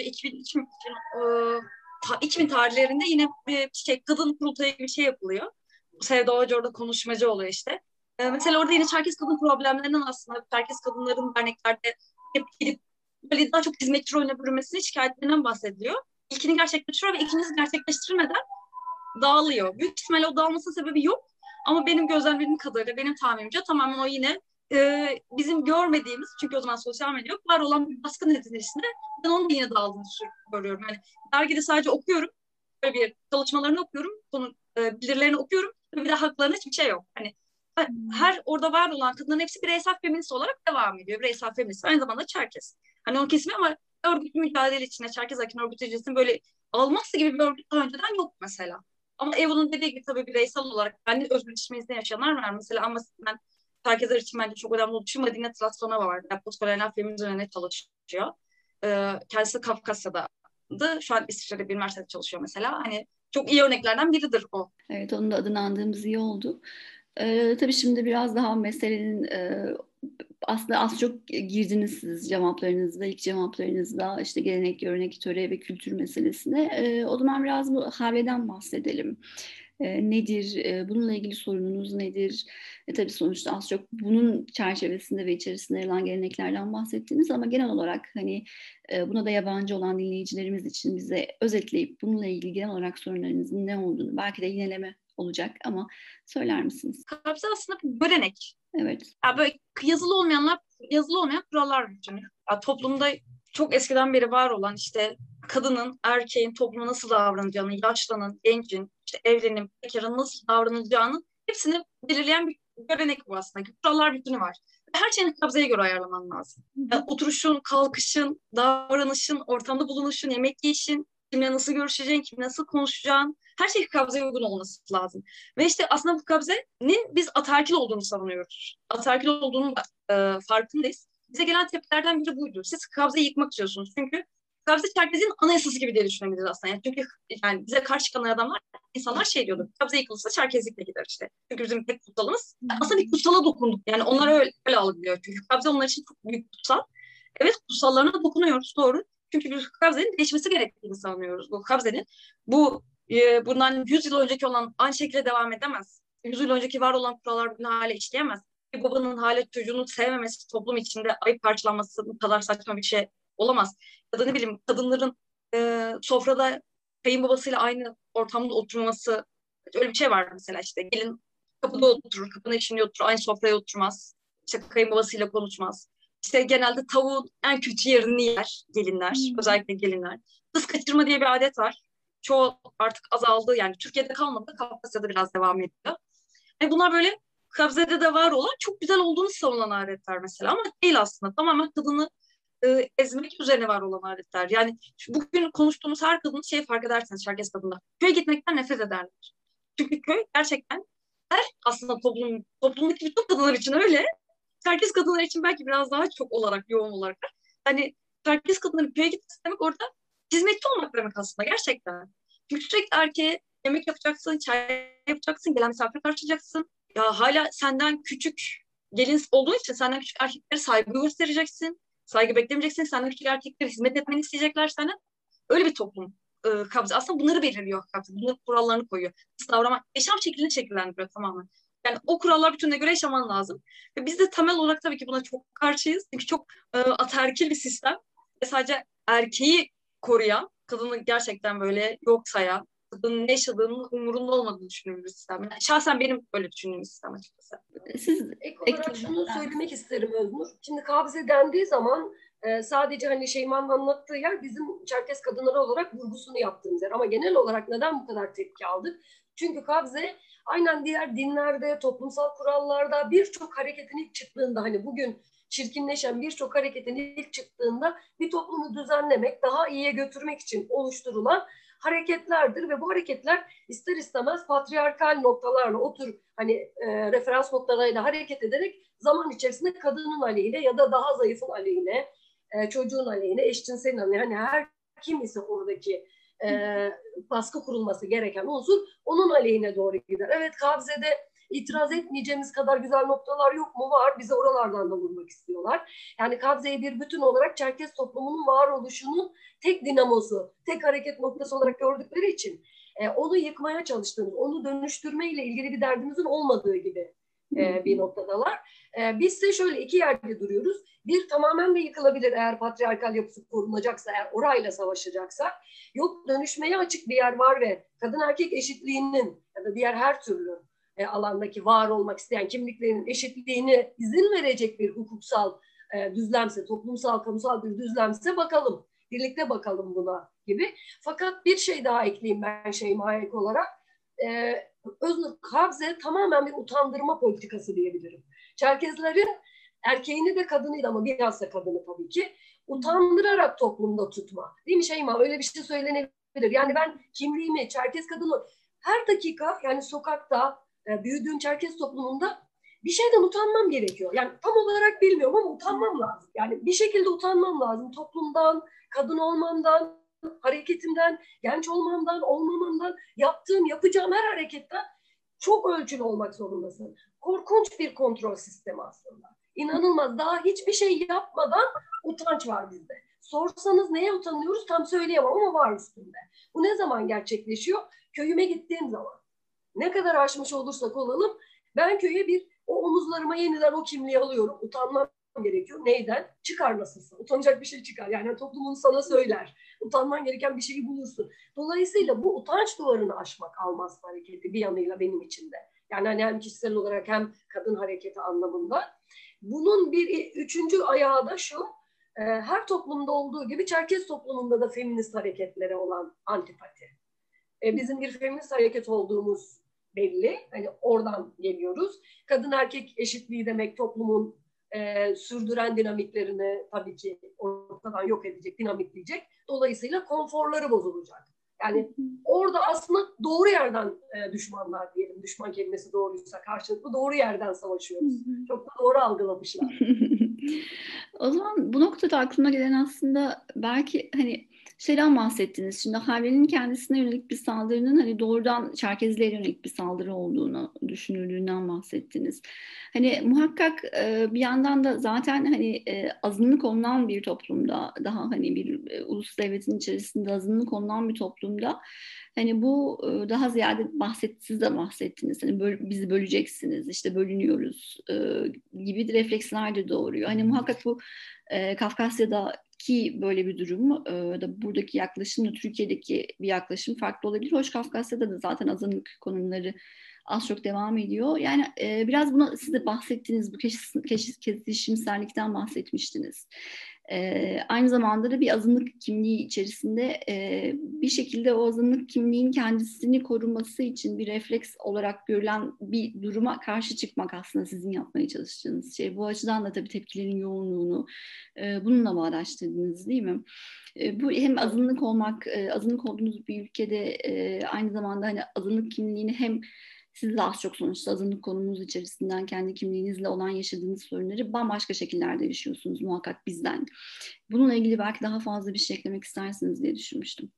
2000 tarihlerinde yine bir kadın kurultayı gibi bir şey yapılıyor. Sevda Hoca orada konuşmacı oluyor işte. Mesela orada yine Çerkez kadın problemlerinden aslında Çerkez kadınların derneklerde hep gidip böyle daha çok hizmetçi rolüne bürünmesini şikayetlerinden bahsediliyor. İlkini gerçekleştiriyor ve ikincisi gerçekleştirmeden dağılıyor. Büyük ihtimalle o dağılmasının sebebi yok. Ama benim gözlemlediğim kadarıyla, benim tahminimce tamamen o yine bizim görmediğimiz, çünkü o zaman sosyal medya yok, var olan bir baskı neticesinde ben onun da yine dağıldığını görüyorum. Yani dergide sadece okuyorum, böyle bir çalışmalarını okuyorum, bildirilerini okuyorum ve bir de haklarında hiçbir şey yok. Hani her orada var olan kadınların hepsi bireysel feminist olarak devam ediyor. Bireysel feminist. Aynı zamanda Çerkez. Hani onu kesmiyor ama örgütlü mücadele içinde Çerkez Akin örgütücüsünün böyle Almazsa gibi bir örgüt daha önceden yok mesela. Ama Evan'ın dediği gibi tabii bireysel olarak kendi özgürleşmesinde yaşayanlar var mesela, ama ben Çerkezler için bence çok önemli olduğu için Madine Tlastonova var. Postkolonyal feminizm üzerine çalışıyor. Kendisi Kafkasya'daydı. Şu an İsviçre'de bir üniversitede çalışıyor mesela. Hani çok iyi örneklerden biridir o. Evet, onun da adını andığımız iyi oldu. Tabii şimdi biraz daha meselenin aslında az çok girdiniz siz cevaplarınızda, ilk cevaplarınızda işte gelenek, görenek, töre ve kültür meselesine. O zaman biraz bu havleden bahsedelim. Nedir? Bununla ilgili sorununuz nedir? Tabii sonuçta az çok bunun çerçevesinde ve içerisinde yer alan geleneklerden bahsettiniz ama genel olarak hani buna da yabancı olan dinleyicilerimiz için bize özetleyip bununla ilgili genel olarak sorunlarınızın ne olduğunu, belki de yineleme olacak ama söyler misiniz? Kabze aslında bir görenek. Evet. Ya böyle yazılı olmayan kurallar bütünü. Ya toplumda çok eskiden beri var olan işte kadının, erkeğin topluma nasıl davranacağını, yaşlının, gencin, işte evlenin, bekarın nasıl davranacağını hepsini belirleyen bir görenek bu aslında. Kurallar bütünü var. Her şeyini kabzeye göre ayarlaman lazım. Yani oturuşun, kalkışın, davranışın, ortamda bulunuşun, yemek yiyişin, kimle nasıl görüşeceğin, kimle nasıl konuşacağın, her şey kabzeye uygun olması lazım. Ve işte aslında bu kabzenin biz ataerkil olduğunu savunuyoruz. Ataerkil olduğunun farkındayız. Bize gelen tepkilerden biri buydu. Siz kabzeyi yıkmak istiyorsunuz. Çünkü kabze Çerkez'in anayasası gibi diye düşünebiliriz aslında. Yani çünkü yani bize karşı çıkan adamlar, insanlar şey diyordu. Kabze yıkılırsa Çerkezlikle gider işte. Çünkü bizim tek kutsalımız. Aslında bir kutsala dokunduk. Yani onlar öyle algılıyor. Çünkü kabze onlar için çok büyük kutsal. Evet, kutsallarına dokunuyoruz, doğru. Çünkü biz kabzenin değişmesi gerektiğini savunuyoruz. Bu kabzenin bundan 100 yıl önceki olan aynı şekilde devam edemez. 100 yıl önceki var olan kurallar bugün hala işleyemez. Bir babanın hala çocuğunu sevmemesi, toplum içinde ayıp karşılanması bu kadar saçma bir şey olamaz. Ya da ne bileyim kadınların sofrada kayınbabasıyla aynı ortamda oturması, öyle bir şey var mesela işte. Gelin kapıda oturur, kapının içinde oturur, aynı sofraya oturmaz. İşte kayınbabasıyla konuşmaz. İşte genelde tavuğun en kötü yerini yer gelinler, özellikle gelinler. Kız kaçırma diye bir adet var. Çoğu artık azaldı, yani Türkiye'de kalmadı, Kafkasya'da biraz devam ediyor. Yani bunlar böyle kabzede de var olan, çok güzel olduğunu savunan adetler mesela, ama değil aslında. Tamamen kadını ezmek üzerine var olan adetler. Yani bugün konuştuğumuz her kadın fark ederseniz Çerkez kadınlar köye gitmekten nefret ederler. Çünkü köy gerçekten aslında toplumdaki bütün kadınlar için öyle. Çerkez kadınlar için belki biraz daha çok olarak, yoğun olarak. Hani Çerkez kadınların köye gitmesi demek orada hizmetçi olmak demek aslında gerçekten. Çünkü sürekli erkeğe yemek yapacaksın, çay yapacaksın, gelen misafir karşılayacaksın. Ya hala senden küçük gelin olduğu için senden küçük erkeklere saygı göstereceksin. Saygı beklemeyeceksin. Senden küçük erkeklere hizmet etmeni isteyecekler senden. Öyle bir toplum kabze. Aslında bunları belirliyor kabze. Bunların kurallarını koyuyor. Nasıl davranmak, yaşam şeklini şekillendiriyor tamamen. Yani o kurallar bütününe göre yaşaman lazım. Ve biz de temel olarak tabii ki buna çok karşıyız. Çünkü çok ataerkil bir sistem. Ve sadece erkeği koruyan, kadını gerçekten böyle yok sayan, kadının ne yaşadığının umurunda olmadığını düşündüğüm bir sistem. Yani şahsen benim öyle düşündüğüm bir sistem açıkçası. Siz Ek olarak şunu söylemek isterim Öznur. Şimdi kabze dendiği zaman sadece hani Şeyma'nın anlattığı yer bizim Çerkez kadınları olarak vurgusunu yaptığımız yer. Ama genel olarak neden bu kadar tepki aldık? Çünkü kabze aynen diğer dinlerde, toplumsal kurallarda birçok hareketin ilk çıktığında, hani bugün çirkinleşen birçok hareketin ilk çıktığında bir toplumu düzenlemek, daha iyiye götürmek için oluşturulan hareketlerdir ve bu hareketler ister istemez patriarkal noktalarla hani referans noktalarıyla hareket ederek zaman içerisinde kadının aleyhine ya da daha zayıfın aleyhine, çocuğun aleyhine, eşcinselin aleyhine, hani her kim ise oradaki baskı kurulması gereken unsur onun aleyhine doğru gider. Evet, kabzede itiraz etmeyeceğimiz kadar güzel noktalar yok mu? Var. Bizi oralardan da vurmak istiyorlar. Yani kabzeyi bir bütün olarak Çerkez toplumunun varoluşunun tek dinamosu, tek hareket noktası olarak gördükleri için onu yıkmaya çalıştığımız, onu dönüştürmeyle ilgili bir derdimizin olmadığı gibi bir noktadalar. Biz de şöyle iki yerde duruyoruz. Bir, tamamen de yıkılabilir eğer patriarkal yapısı korunacaksa, eğer orayla savaşacaksak. Yok, dönüşmeye açık bir yer var ve kadın erkek eşitliğinin ya da diğer her türlü alandaki var olmak isteyen kimliklerin eşitliğine izin verecek bir hukuksal düzlemse, toplumsal, kamusal bir düzlemse bakalım. Birlikte bakalım buna gibi. Fakat bir şey daha ekleyeyim ben Şeyma'ya ek olarak. Öznur, kabze tamamen bir utandırma politikası diyebilirim. Çerkezlerin erkeğini de kadını da, ama biraz da kadını tabii ki, utandırarak toplumda tutma. Değil mi Şeyma? Öyle bir şey söylenebilir. Yani ben kimliğimi, Çerkez kadını her dakika, yani sokakta, büyüdüğüm Çerkez toplumunda bir şeyden utanmam gerekiyor. Yani tam olarak bilmiyorum ama utanmam lazım. Yani bir şekilde utanmam lazım. Toplumdan, kadın olmamdan, hareketimden, genç olmamdan, olmamamdan, yapacağım her hareketten çok ölçülü olmak zorundasın. Korkunç bir kontrol sistemi aslında. İnanılmaz. Daha hiçbir şey yapmadan utanç var bizde. Sorsanız neye utanıyoruz tam söyleyemem ama var üstünde. Bu ne zaman gerçekleşiyor? Köyüme gittiğim zaman. Ne kadar aşmış olursak olalım, ben köye o omuzlarıma yeniden o kimliği alıyorum. Utanmam gerekiyor. Neyden? Çıkar nasılsa. Utanacak bir şey çıkar. Yani toplumun sana söyler. Utanman gereken bir şeyi bulursun. Dolayısıyla bu utanç duvarını aşmak Almaz hareketi bir yanıyla benim için de. Yani hani hem kişisel olarak hem kadın hareketi anlamında. Bunun bir üçüncü ayağı da şu. Her toplumda olduğu gibi Çerkez toplumunda da feminist hareketlere olan antipati. Bizim bir feminist hareket olduğumuz belli. Hani oradan geliyoruz. Kadın erkek eşitliği demek toplumun sürdüren dinamiklerini tabii ki ortadan yok edecek, dinamitleyecek. Dolayısıyla konforları bozulacak. Yani orada aslında doğru yerden düşmanlar diyelim. Düşman kelimesi doğruysa karşılıklı doğru yerden savaşıyoruz. Çok da doğru algılamışlar. O zaman bu noktada aklıma gelen aslında belki hani şeyden bahsettiniz. Şimdi Havre'nin kendisine yönelik bir saldırının hani doğrudan Çerkezlere yönelik bir saldırı olduğunu düşünüldüğünden bahsettiniz. Hani muhakkak bir yandan da zaten hani azınlık olunan bir toplumda, daha hani bir ulus devletin içerisinde azınlık olunan bir toplumda hani bu daha ziyade siz de bahsettiniz. Hani bizi böleceksiniz, işte bölünüyoruz gibi refleksler de doğuruyor. Hani muhakkak bu Kafkasya'daki böyle bir durum da buradaki yaklaşımla Türkiye'deki bir yaklaşım farklı olabilir. Hoş Kafkasya'da da zaten azınlık konumları az çok devam ediyor. Yani biraz buna siz de bahsettiğiniz bu kesişimsellikten bahsetmiştiniz. Aynı zamanda da bir azınlık kimliği içerisinde bir şekilde o azınlık kimliğin kendisini koruması için bir refleks olarak görülen bir duruma karşı çıkmak aslında sizin yapmaya çalıştığınız şey. Bu açıdan da tabii tepkilerin yoğunluğunu bununla bağdaştırdınız değil mi? Bu hem azınlık olmak, azınlık olduğunuz bir ülkede aynı zamanda hani azınlık kimliğini hem siz de az çok sonuçta azınlık konumunuz içerisinden kendi kimliğinizle olan yaşadığınız sorunları bambaşka şekillerde yaşıyorsunuz muhakkak bizden. Bununla ilgili belki daha fazla bir şey eklemek istersiniz diye düşünmüştüm.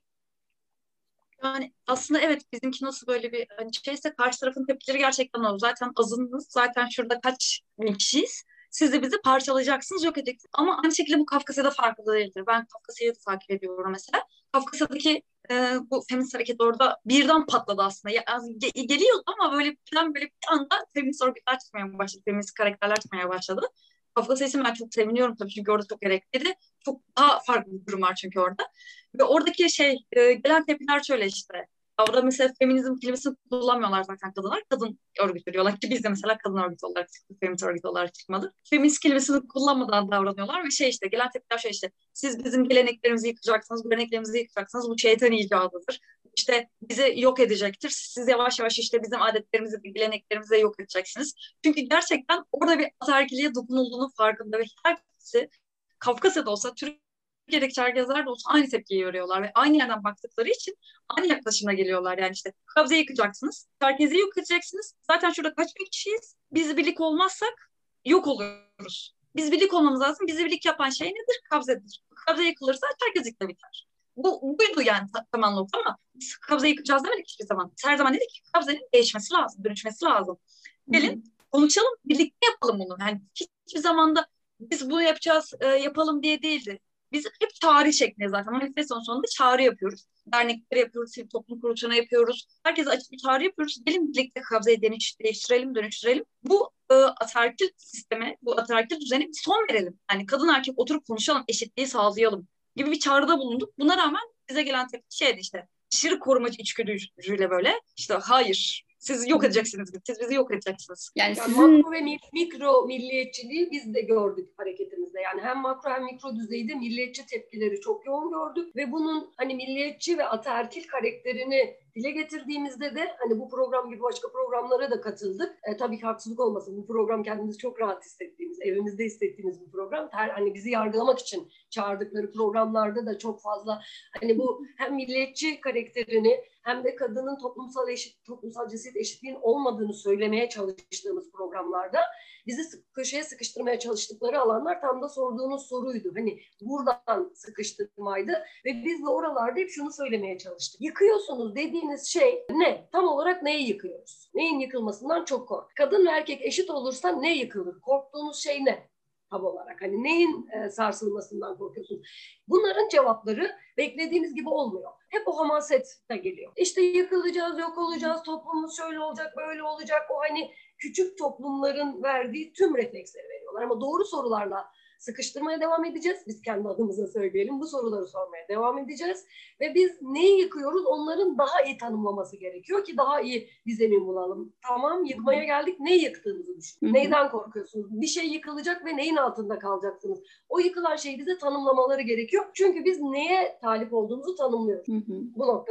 Yani aslında evet, bizimki nasıl böyle bir hani şeyse karşı tarafın tepkileri gerçekten o. Zaten azınız. Zaten şurada kaç bin kişiyiz. Siz de bizi parçalayacaksınız, yok edeceksiniz. Ama aynı şekilde bu Kafkasya'da farklı değildir. Ben Kafkasya'yı da takip ediyorum mesela. Kafkasya'daki bu feminist hareket orada birden patladı aslında. Geliyordu ama böyle bir anda feminist örgütler çıkmaya başladı. Feminist karakterler çıkmaya başladı. Kafkasya için ben çok seviniyorum tabii, çünkü orada çok gerekliydi. Çok daha farklı bir durum var çünkü orada. Ve oradaki gelen tepkiler şöyle işte. Orada mesela feminizm kelimesini kullanmıyorlar zaten kadınlar. Kadın örgütü diyorlar ki biz de mesela kadın örgütü olarak çıktık, feminist örgütü olarak çıkmadık. Feminist kelimesini kullanmadan davranıyorlar ve işte gelen tepkiler işte siz bizim geleneklerimizi yıkacaksınız, göreneklerimizi yıkacaksınız, bu şeytan icadıdır. İşte bizi yok edecektir. Siz yavaş yavaş işte bizim adetlerimizi, geleneklerimizi de yok edeceksiniz. Çünkü gerçekten orada bir ataerkilliğe dokunulduğunu farkında ve herkesi Kafkasya'da olsa, Türkiye'deki Çerkezler de olsa aynı tepkiyi veriyorlar ve aynı yerden baktıkları için aynı yaklaşımla geliyorlar. Yani işte Kabze'yi yıkacaksınız, Çerkez'i yok edeceksiniz. Zaten şurada kaç bin kişiyiz? Biz birlik olmazsak yok oluyoruz. Biz birlik olmamız lazım. Bizi birlik yapan şey nedir? Kabze'dir. Kabze yıkılırsa Çerkezlik de biter. Buydu yani tamam nokta, ama biz Kabze'yi yıkacağız demedik hiçbir zaman. Biz her zaman dedik ki Kabze'nin değişmesi lazım, dönüşmesi lazım. Gelin konuşalım, birlikte yapalım bunu. Yani hiçbir zamanda biz bunu yapacağız, yapalım diye değildi. Biz hep çağrı şeklinde zaten. Manifestonun sonunda çağrı yapıyoruz. Dernekleri yapıyoruz, sivil toplum kuruluşlarına yapıyoruz. Herkese açık bir çağrı yapıyoruz. Gelin birlikte Kabze'yi değiştirelim, dönüştürelim. Bu ataerkil sisteme, bu ataerkil düzene bir son verelim. Yani kadın erkek oturup konuşalım, eşitliği sağlayalım gibi bir çağrıda bulunduk. Buna rağmen bize gelen tepki şeydi işte, aşırı korumacı içgüdüyle böyle işte hayır, siz yok edeceksiniz, siz bizi yok edeceksiniz. Yani makro ve mikro milliyetçiliği biz de gördük hareketimizde. Yani hem makro hem mikro düzeyde milliyetçi tepkileri çok yoğun gördük ve bunun hani milliyetçi ve ataerkil karakterini dile getirdiğimizde de hani bu program gibi başka programlara da katıldık. Tabii ki haksızlık olmasın. Bu program kendimizi çok rahat hissettiğimiz, evimizde hissettiğimiz bir program. Hani bizi yargılamak için çağırdıkları programlarda da çok fazla hani bu hem milliyetçi karakterini hem de kadının toplumsal cinsiyet eşitliğinin olmadığını söylemeye çalıştığımız programlarda bizi köşeye sıkıştırmaya çalıştıkları alanlar tam da sorduğunuz soruydu. Hani buradan sıkıştırmaydı ve biz de oralarda hep şunu söylemeye çalıştık. Yıkıyorsunuz dediğiniz şey ne? Tam olarak neyi yıkıyoruz? Neyin yıkılmasından çok kork. Kadın ve erkek eşit olursa ne yıkılır? Korktuğunuz şey ne? Tam olarak hani neyin sarsılmasından korkuyorsunuz? Bunların cevapları beklediğiniz gibi olmuyor. Hep o hamasetle geliyor. İşte yıkılacağız, yok olacağız, toplumumuz şöyle olacak, böyle olacak. O hani küçük toplumların verdiği tüm refleksleri veriyorlar. Ama doğru sorularla sıkıştırmaya devam edeceğiz. Biz kendi adımıza söyleyelim. Bu soruları sormaya devam edeceğiz. Ve biz neyi yıkıyoruz? Onların daha iyi tanımlaması gerekiyor ki daha iyi bir zemin bulalım. Tamam, yıkmaya geldik. Ne yıktığınızı düşünün. Neyden korkuyorsunuz? Bir şey yıkılacak ve neyin altında kalacaksınız? O yıkılan şeyi bize tanımlamaları gerekiyor. Çünkü biz neye talip olduğumuzu tanımlıyoruz. Bu noktada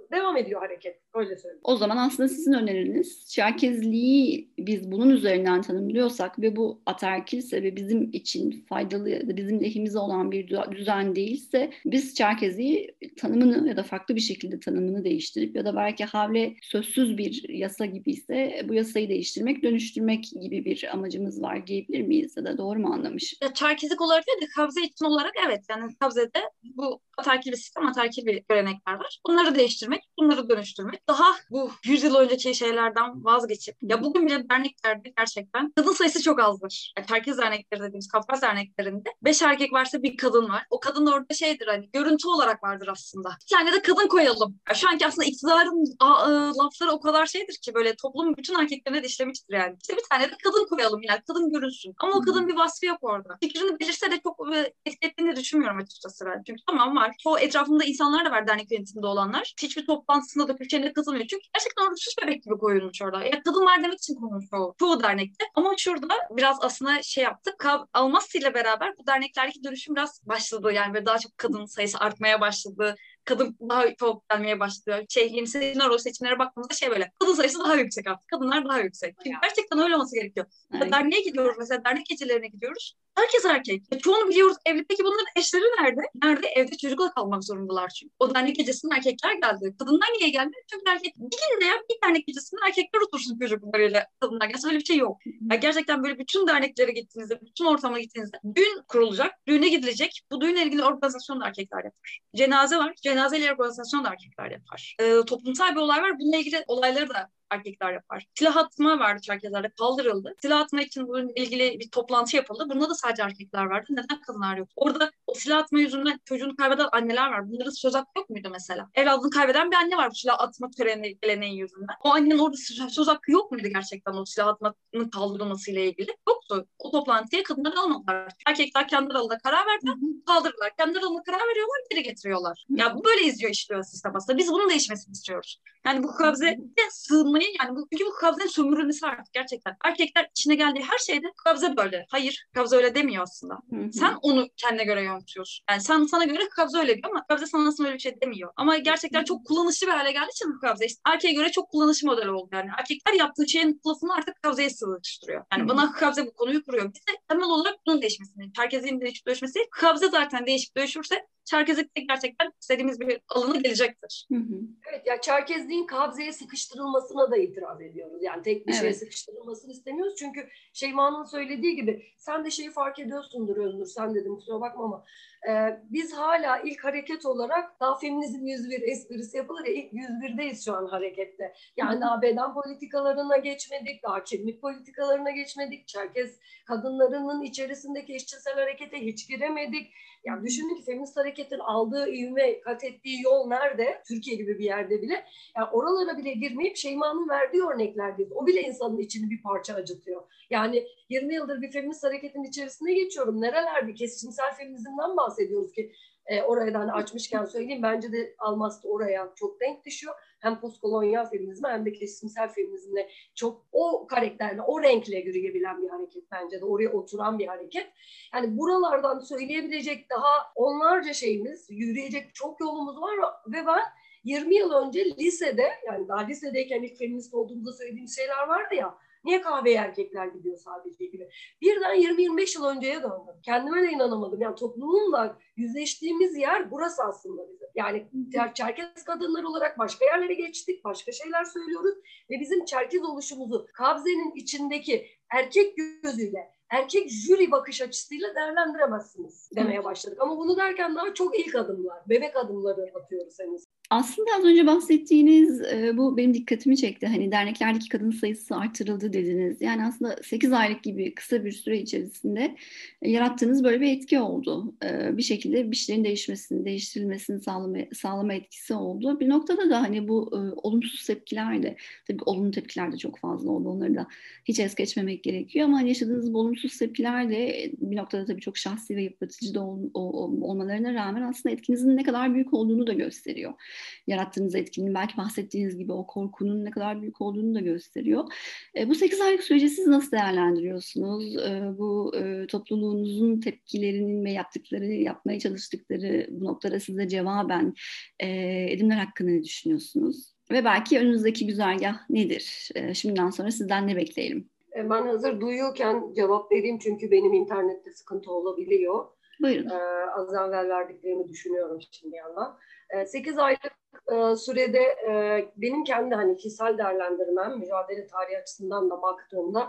devam ediyor hareket. Öyle söyleyeyim. O zaman aslında sizin öneriniz, Çerkezliği biz bunun üzerinden tanımlıyorsak ve bu ataerkilse ve bizim için faydalı ya da bizim lehimize olan bir düzen değilse, biz Çerkezliği tanımını ya da farklı bir şekilde tanımını değiştirip ya da belki havle sözsüz bir yasa gibiyse bu yasayı değiştirmek, dönüştürmek gibi bir amacımız var diyebilir miyiz, ya da doğru mu anlamış? Ya, Çerkezlik olarak değil de Kabze için olarak evet. Yani Kabze'de bu ataerkil bir sistem, ataerkil bir görenekler var. Bunları değiştirmek, bunları dönüştürmek. Daha bu 100 yıl önceki şeylerden vazgeçip, ya bugün bile derneklerde gerçekten kadın sayısı çok azdır. Yani Çerkez dernekleri dediğimiz Kafkas derneklerinde 5 erkek varsa bir kadın var. O kadın orada şeydir, hani görüntü olarak vardır aslında. Bir tane de kadın koyalım. Ya şu anki aslında iktidarın lafları o kadar şeydir ki böyle toplumun bütün erkeklerine de işlemiştir yani. İşte bir tane de kadın koyalım, yani kadın görünsün. Ama o kadın bir vasfı yok orada. Fikrini belirse de çok etkilediğini düşünmüyorum açıkçası ben. Çünkü tamam var. Çoğu etrafımda insanlar da var dernek yönetiminde olanlar. Hiçbir toplantısında da Türkçe'ne katılmıyor. Çünkü gerçekten orada süs bebek gibi koyulmuş orada. Ya kadın var demek için konulmuş çoğu dernekte. Ama şurada biraz aslında şey yaptık. Almasi ile beraber bu derneklerdeki dönüşüm biraz başladı. Yani böyle daha çok kadın sayısı artmaya başladı. Kadın daha çok gelmeye başlıyor. Yeni seçimlere baktığımızda böyle kadın sayısı daha yüksek artık. Kadınlar daha yüksek. Çünkü gerçekten öyle olması gerekiyor. Evet. Derneğe gidiyoruz mesela, dernek gecelerine gidiyoruz. Herkes erkek. Çoğunu biliyoruz evde. Peki bunların eşleri nerede? Nerede? Evde çocukla kalmak zorundalar çünkü. O dernek gecesinde erkekler geldi. Kadınlar niye gelmedi? Çünkü erkek bir günde bir dernek gecesinde erkekler otursun çocuklarıyla, kadınlar gelsin. Öyle bir şey yok. Yani gerçekten böyle bütün derneklere gittiğinizde, bütün ortamına gittiğinizde düğün kurulacak, düğüne gidilecek. Bu düğünle ilgili organizasyon da erkekler yapar. Cenaze var. Cenazeyle organizasyon da erkekler yapar. Toplumsal bir olay var. Bununla ilgili olayları da erkekler yapar. Silah atma vardı Çerkezler'de, kaldırıldı. Silah atma için bununla ilgili bir toplantı yapıldı. Bunda da sadece erkekler vardı. Neden kadınlar yok? Orada o silah atma yüzünden çocuğunu kaybeden anneler var. Bunların söz hakkı yok muydu mesela? Evladını kaybeden bir anne var bu silah atma geleneği yüzünden. O annenin orada söz hakkı yok muydu gerçekten o silah atmanın kaldırılmasıyla ilgili? Yoktu. O toplantıya kadınlar almadılar. Erkekler kendi aralarında karar verdiler, kaldırdılar. Kendi aralarında karar veriyorlar, geri getiriyorlar. Ya böyle işliyor sistem aslında. Biz bunun değişmesini istiyoruz. Yani bu kabzeye sığınmayı, yani çünkü bu kabzenin sömürülmesi artık gerçekten. Erkekler içine geldiği her şeyde kabze böyle. Hayır, kabze öyle demiyor aslında. Sen onu kendine göre yönetiyorsun. Yani sana göre kabze öyle diyor ama kabze sana aslında öyle bir şey demiyor. Ama gerçekten çok kullanışlı bir hale geldiği için bu kabze işte erkeğe göre çok kullanışlı model oldu yani. Erkekler yaptığı şeyin lafını artık kabzeye sığıştırıyor. Yani bana kabze bu konuyu kuruyor. Biz de temel olarak bunun değişmesini, Çerkezliğin değişip dönüşmesi, kabze zaten değişip dönüşürse Çerkezlik'te gerçekten istediğimiz bir alanı gelecektir. Evet, ya Çerkezliğin kabzeye sıkıştırılmasına da itiraz ediyoruz. Yani tek bir şeye sıkıştırılmasını istemiyoruz. Çünkü Şeyma'nın söylediği gibi, sen de şeyi fark ediyorsundur Öznur, sen dedim kusura bakma ama biz hala ilk hareket olarak daha feminizm 101 esprisi yapılır ya, ilk 101'deyiz şu an harekette. Yani daha beden politikalarına geçmedik, daha kimlik politikalarına geçmedik. Çerkez kadınlarının içerisindeki eşcinsel harekete hiç giremedik. Yani düşünün ki feminist hareketin aldığı ivme, kat ettiği yol nerede? Türkiye gibi bir yerde bile. Yani oralara bile girmeyip Şeyma'nın verdiği örneklerdeyiz. O bile insanın içini bir parça acıtıyor. Yani 20 yıldır bir feminist hareketin içerisine geçiyorum. Nerelerde kesimsel feminizmden bahsediyoruz ki oradan açmışken söyleyeyim. Bence de Almas oraya çok denk düşüyor. Hem postkolonyal feminizme hem de kesimsel feminizmle çok o karakterle, o renkle yürüyebilen bir hareket bence de. Oraya oturan bir hareket. Yani buralardan söyleyebilecek daha onlarca şeyimiz, yürüyecek çok yolumuz var ve ben 20 yıl önce lisede, yani daha lisedeyken ilk feminist olduğumuzda söylediğim şeyler vardı ya, niye kahveye erkekler gidiyor sadece gibi. Birden 20-25 yıl önceye döndüm. Kendime de inanamadım. Yani toplumla yüzleştiğimiz yer burası aslında bizim. Yani Çerkez kadınları olarak başka yerlere geçtik, başka şeyler söylüyoruz ve bizim Çerkez oluşumuzu Kabze'nin içindeki erkek gözüyle, erkek jüri bakış açısıyla değerlendiremezsiniz demeye başladık. Ama bunu derken daha çok ilk adımlar, bebek adımları atıyoruz henüz. Aslında az önce bahsettiğiniz bu benim dikkatimi çekti. Hani derneklerdeki kadın sayısı artırıldı dediniz. Yani aslında 8 aylık gibi kısa bir süre içerisinde yarattığınız böyle bir etki oldu. Bir şekilde bir şeylerin değiştirilmesini sağlama etkisi oldu. Bir noktada da hani bu olumsuz tepkiler de, tabii olumlu tepkiler de çok fazla oldu. Onları da hiç es geçmemek gerekiyor. Ama yaşadığınız bu olumsuz tepkiler de bir noktada tabii çok şahsi ve yıpratıcı da olmalarına rağmen aslında etkinizin ne kadar büyük olduğunu da gösteriyor. yarattığınız etkinin, belki bahsettiğiniz gibi o korkunun ne kadar büyük olduğunu da gösteriyor. Bu 8 aylık süreci siz nasıl değerlendiriyorsunuz? Bu topluluğunuzun tepkilerinin ve yapmaya çalıştıkları bu noktada size cevaben edimler hakkında ne düşünüyorsunuz? Ve belki önünüzdeki güzergah nedir? Şimdiden sonra sizden ne bekleyelim? Ben hazır duyuyorken cevap vereyim çünkü benim internette sıkıntı olabiliyor. Buyurun. Az evvel verdiklerimi düşünüyorum şimdi yandan. 8 aylık sürede benim kendi hani kişisel değerlendirmem, mücadele tarihi açısından da baktığımda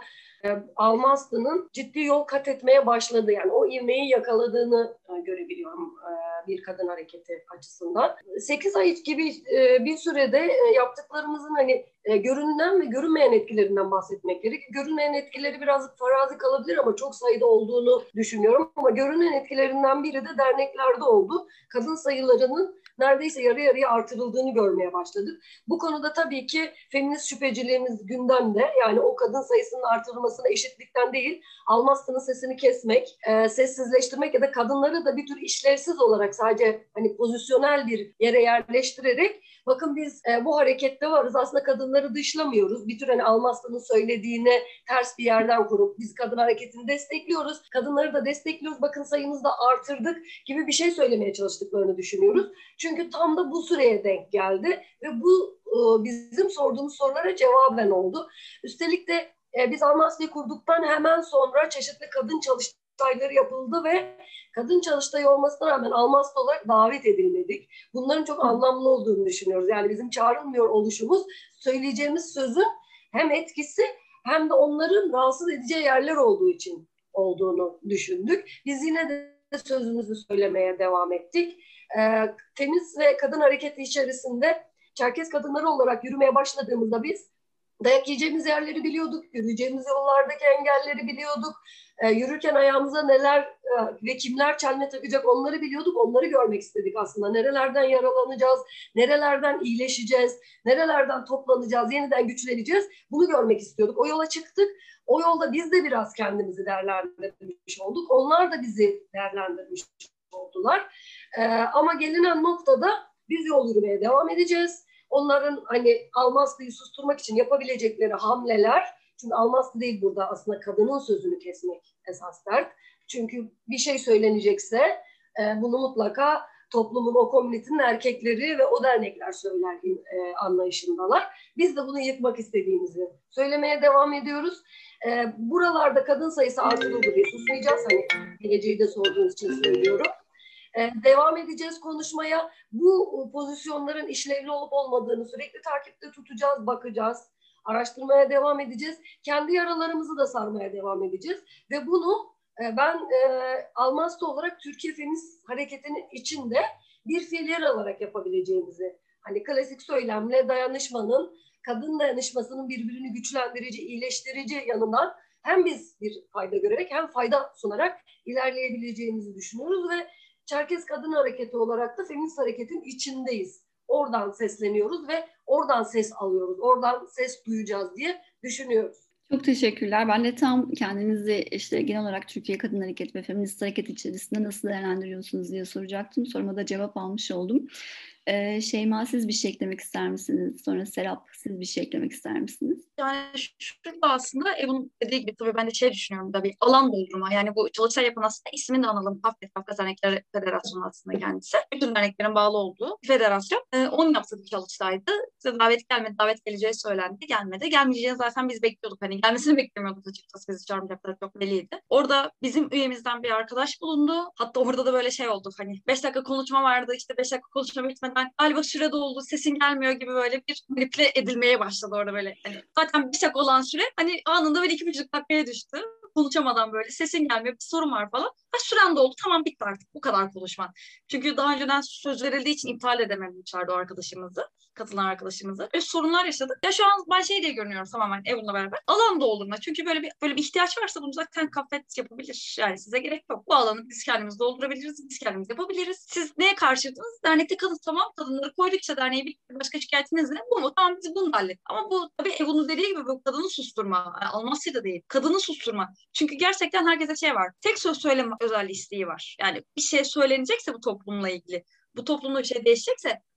Almastı'nın ciddi yol kat etmeye başladı. Yani o ivmeyi yakaladığını görebiliyorum bir kadın hareketi açısından. 8 ay gibi bir sürede yaptıklarımızın hani görünen ve görünmeyen etkilerinden bahsetmek gerek. Görünen etkileri biraz farazi kalabilir ama çok sayıda olduğunu düşünüyorum. Ama görünen etkilerinden biri de derneklerde oldu. Kadın sayılarının neredeyse yarı yarıya artırıldığını görmeye başladık. Bu konuda tabii ki feminist şüpheciliğimiz gündemde. Yani o kadın sayısının artırılmasına eşitlikten değil, Almastı'nın sesini kesmek, sessizleştirmek ya da kadınları da bir tür işlevsiz olarak sadece hani pozisyonel bir yere yerleştirerek bakın biz bu harekette varız. Aslında kadınları dışlamıyoruz. Bir tür hani Almastı'nın söylediğine ters bir yerden kurup biz kadın hareketini destekliyoruz. Kadınları da destekliyoruz. Bakın sayımızı da artırdık gibi bir şey söylemeye çalıştıklarını düşünüyoruz. Çünkü tam da bu süreye denk geldi ve bu bizim sorduğumuz sorulara cevaben oldu. Üstelik de biz Almastı'yı kurduktan hemen sonra çeşitli kadın çalıştayları yapıldı ve kadın çalıştayı olmasına rağmen Almastı olarak davet edilmedik. Bunların çok anlamlı olduğunu düşünüyoruz. Yani bizim çağrılmıyor oluşumuz söyleyeceğimiz sözün hem etkisi hem de onların rahatsız edeceği yerler olduğu için olduğunu düşündük. Biz yine de sözümüzü söylemeye devam ettik. Feminist ve kadın hareketi içerisinde Çerkez kadınları olarak yürümeye başladığımızda biz dayak yiyeceğimiz yerleri biliyorduk, yürüyeceğimiz yollardaki engelleri biliyorduk, yürürken ayağımıza neler ve kimler çelme takacak onları biliyorduk, onları görmek istedik aslında. Nerelerden yaralanacağız, nerelerden iyileşeceğiz, nerelerden toplanacağız, yeniden güçleneceğiz, bunu görmek istiyorduk. O yola çıktık, o yolda biz de biraz kendimizi değerlendirmiş olduk, onlar da bizi değerlendirmiş oldular. Ama gelinen noktada biz yol yürümeye devam edeceğiz. Onların hani Almastı'yı susturmak için yapabilecekleri hamleler, çünkü Almasты değil burada aslında kadının sözünü kesmek esas dert. Çünkü bir şey söylenecekse bunu mutlaka toplumun, o komünitenin erkekleri ve o dernekler söyler anlayışındalar. Biz de bunu yıkmak istediğimizi söylemeye devam ediyoruz. Buralarda kadın sayısı artırıldı diye susmayacağız. Hani geleceği de sorduğunuz için söylüyorum. Devam edeceğiz konuşmaya. Bu pozisyonların işlevli olup olmadığını sürekli takipte tutacağız, bakacağız. Araştırmaya devam edeceğiz. Kendi yaralarımızı da sarmaya devam edeceğiz. Ve bunu ben Almasты olarak Türkiye Feminist Hareketi'nin içinde bir fiil alarak yapabileceğimizi, hani klasik söylemle dayanışmanın, kadın dayanışmasının birbirini güçlendirici, iyileştirici yanından hem biz bir fayda görerek hem fayda sunarak ilerleyebileceğimizi düşünüyoruz ve Çerkez Kadın Hareketi olarak da feminist hareketin içindeyiz. Oradan sesleniyoruz ve oradan ses alıyoruz. Oradan ses duyacağız diye düşünüyoruz. Çok teşekkürler. Ben de tam kendinizi işte genel olarak Türkiye Kadın Hareketi ve Feminist Hareket içerisinde nasıl değerlendiriyorsunuz diye soracaktım. Soruma da cevap almış oldum. Şeyma, siz bir şey eklemek ister misiniz? Sonra Serap, siz bir şey eklemek ister misiniz? Yani şurada aslında Ebru'nun dediği gibi tabii ben de şey düşünüyorum da bir alan doldurma. Yani bu çalıştay yapan aslında ismini de analım. Kafkas Dernekler Federasyonu aslında kendisi. Bütün derneklerin bağlı olduğu bir federasyon. Onun yaptığı bir çalıştaydı. İşte davet gelmedi, davet geleceği söylendi. Gelmedi. Gelmeyeceğini zaten biz bekliyorduk. Hani gelmesini beklemiyorduk açıkçası. Bizi çağırmayacakları çok belliydi. Orada bizim üyemizden bir arkadaş bulundu. Hatta orada da böyle şey oldu. Hani 5 dakika konuşma vardı. İşte 5 dakika konuşma bitmeden galiba süre doldu, sesin gelmiyor gibi böyle bir manipüle edilmeye başladı orada böyle. Hani zaten 5 dakika olan süre hani anında böyle 2,5 dakikaya düştü. Konuşamadan böyle sesin gelmiyor, bir sorun var falan. Ha, süren doldu, tamam bitti artık bu kadar konuşma. Çünkü daha önceden söz verildiği için iptal edememişlerdi o arkadaşımızı. Katılan arkadaşımızı. Ve sorunlar yaşadık. Ya şu an ben şey diye görünüyorum tamamen Ebru'la beraber. Alan doldurma. Çünkü böyle bir ihtiyaç varsa bunu zaten kafet yapabilir. Yani size gerek yok. Bu alanı biz kendimiz doldurabiliriz. Biz kendimiz yapabiliriz. Siz neye karşıydınız? Dernekte kadın tamam. Kadınları koydukça derneğe bir başka şikayetiniz ne? Bu mu? Tamam biz bunu da hallettik. Ama bu tabii Ebru'nun dediği gibi bu kadını susturma. Yani Almasya da değil. Kadını susturma. Çünkü gerçekten herkese şey var. Tek söz söyleme özelliği isteği var. Yani bir şey söylenecekse bu toplumla ilgili. Bu toplumda bir şey değişecekse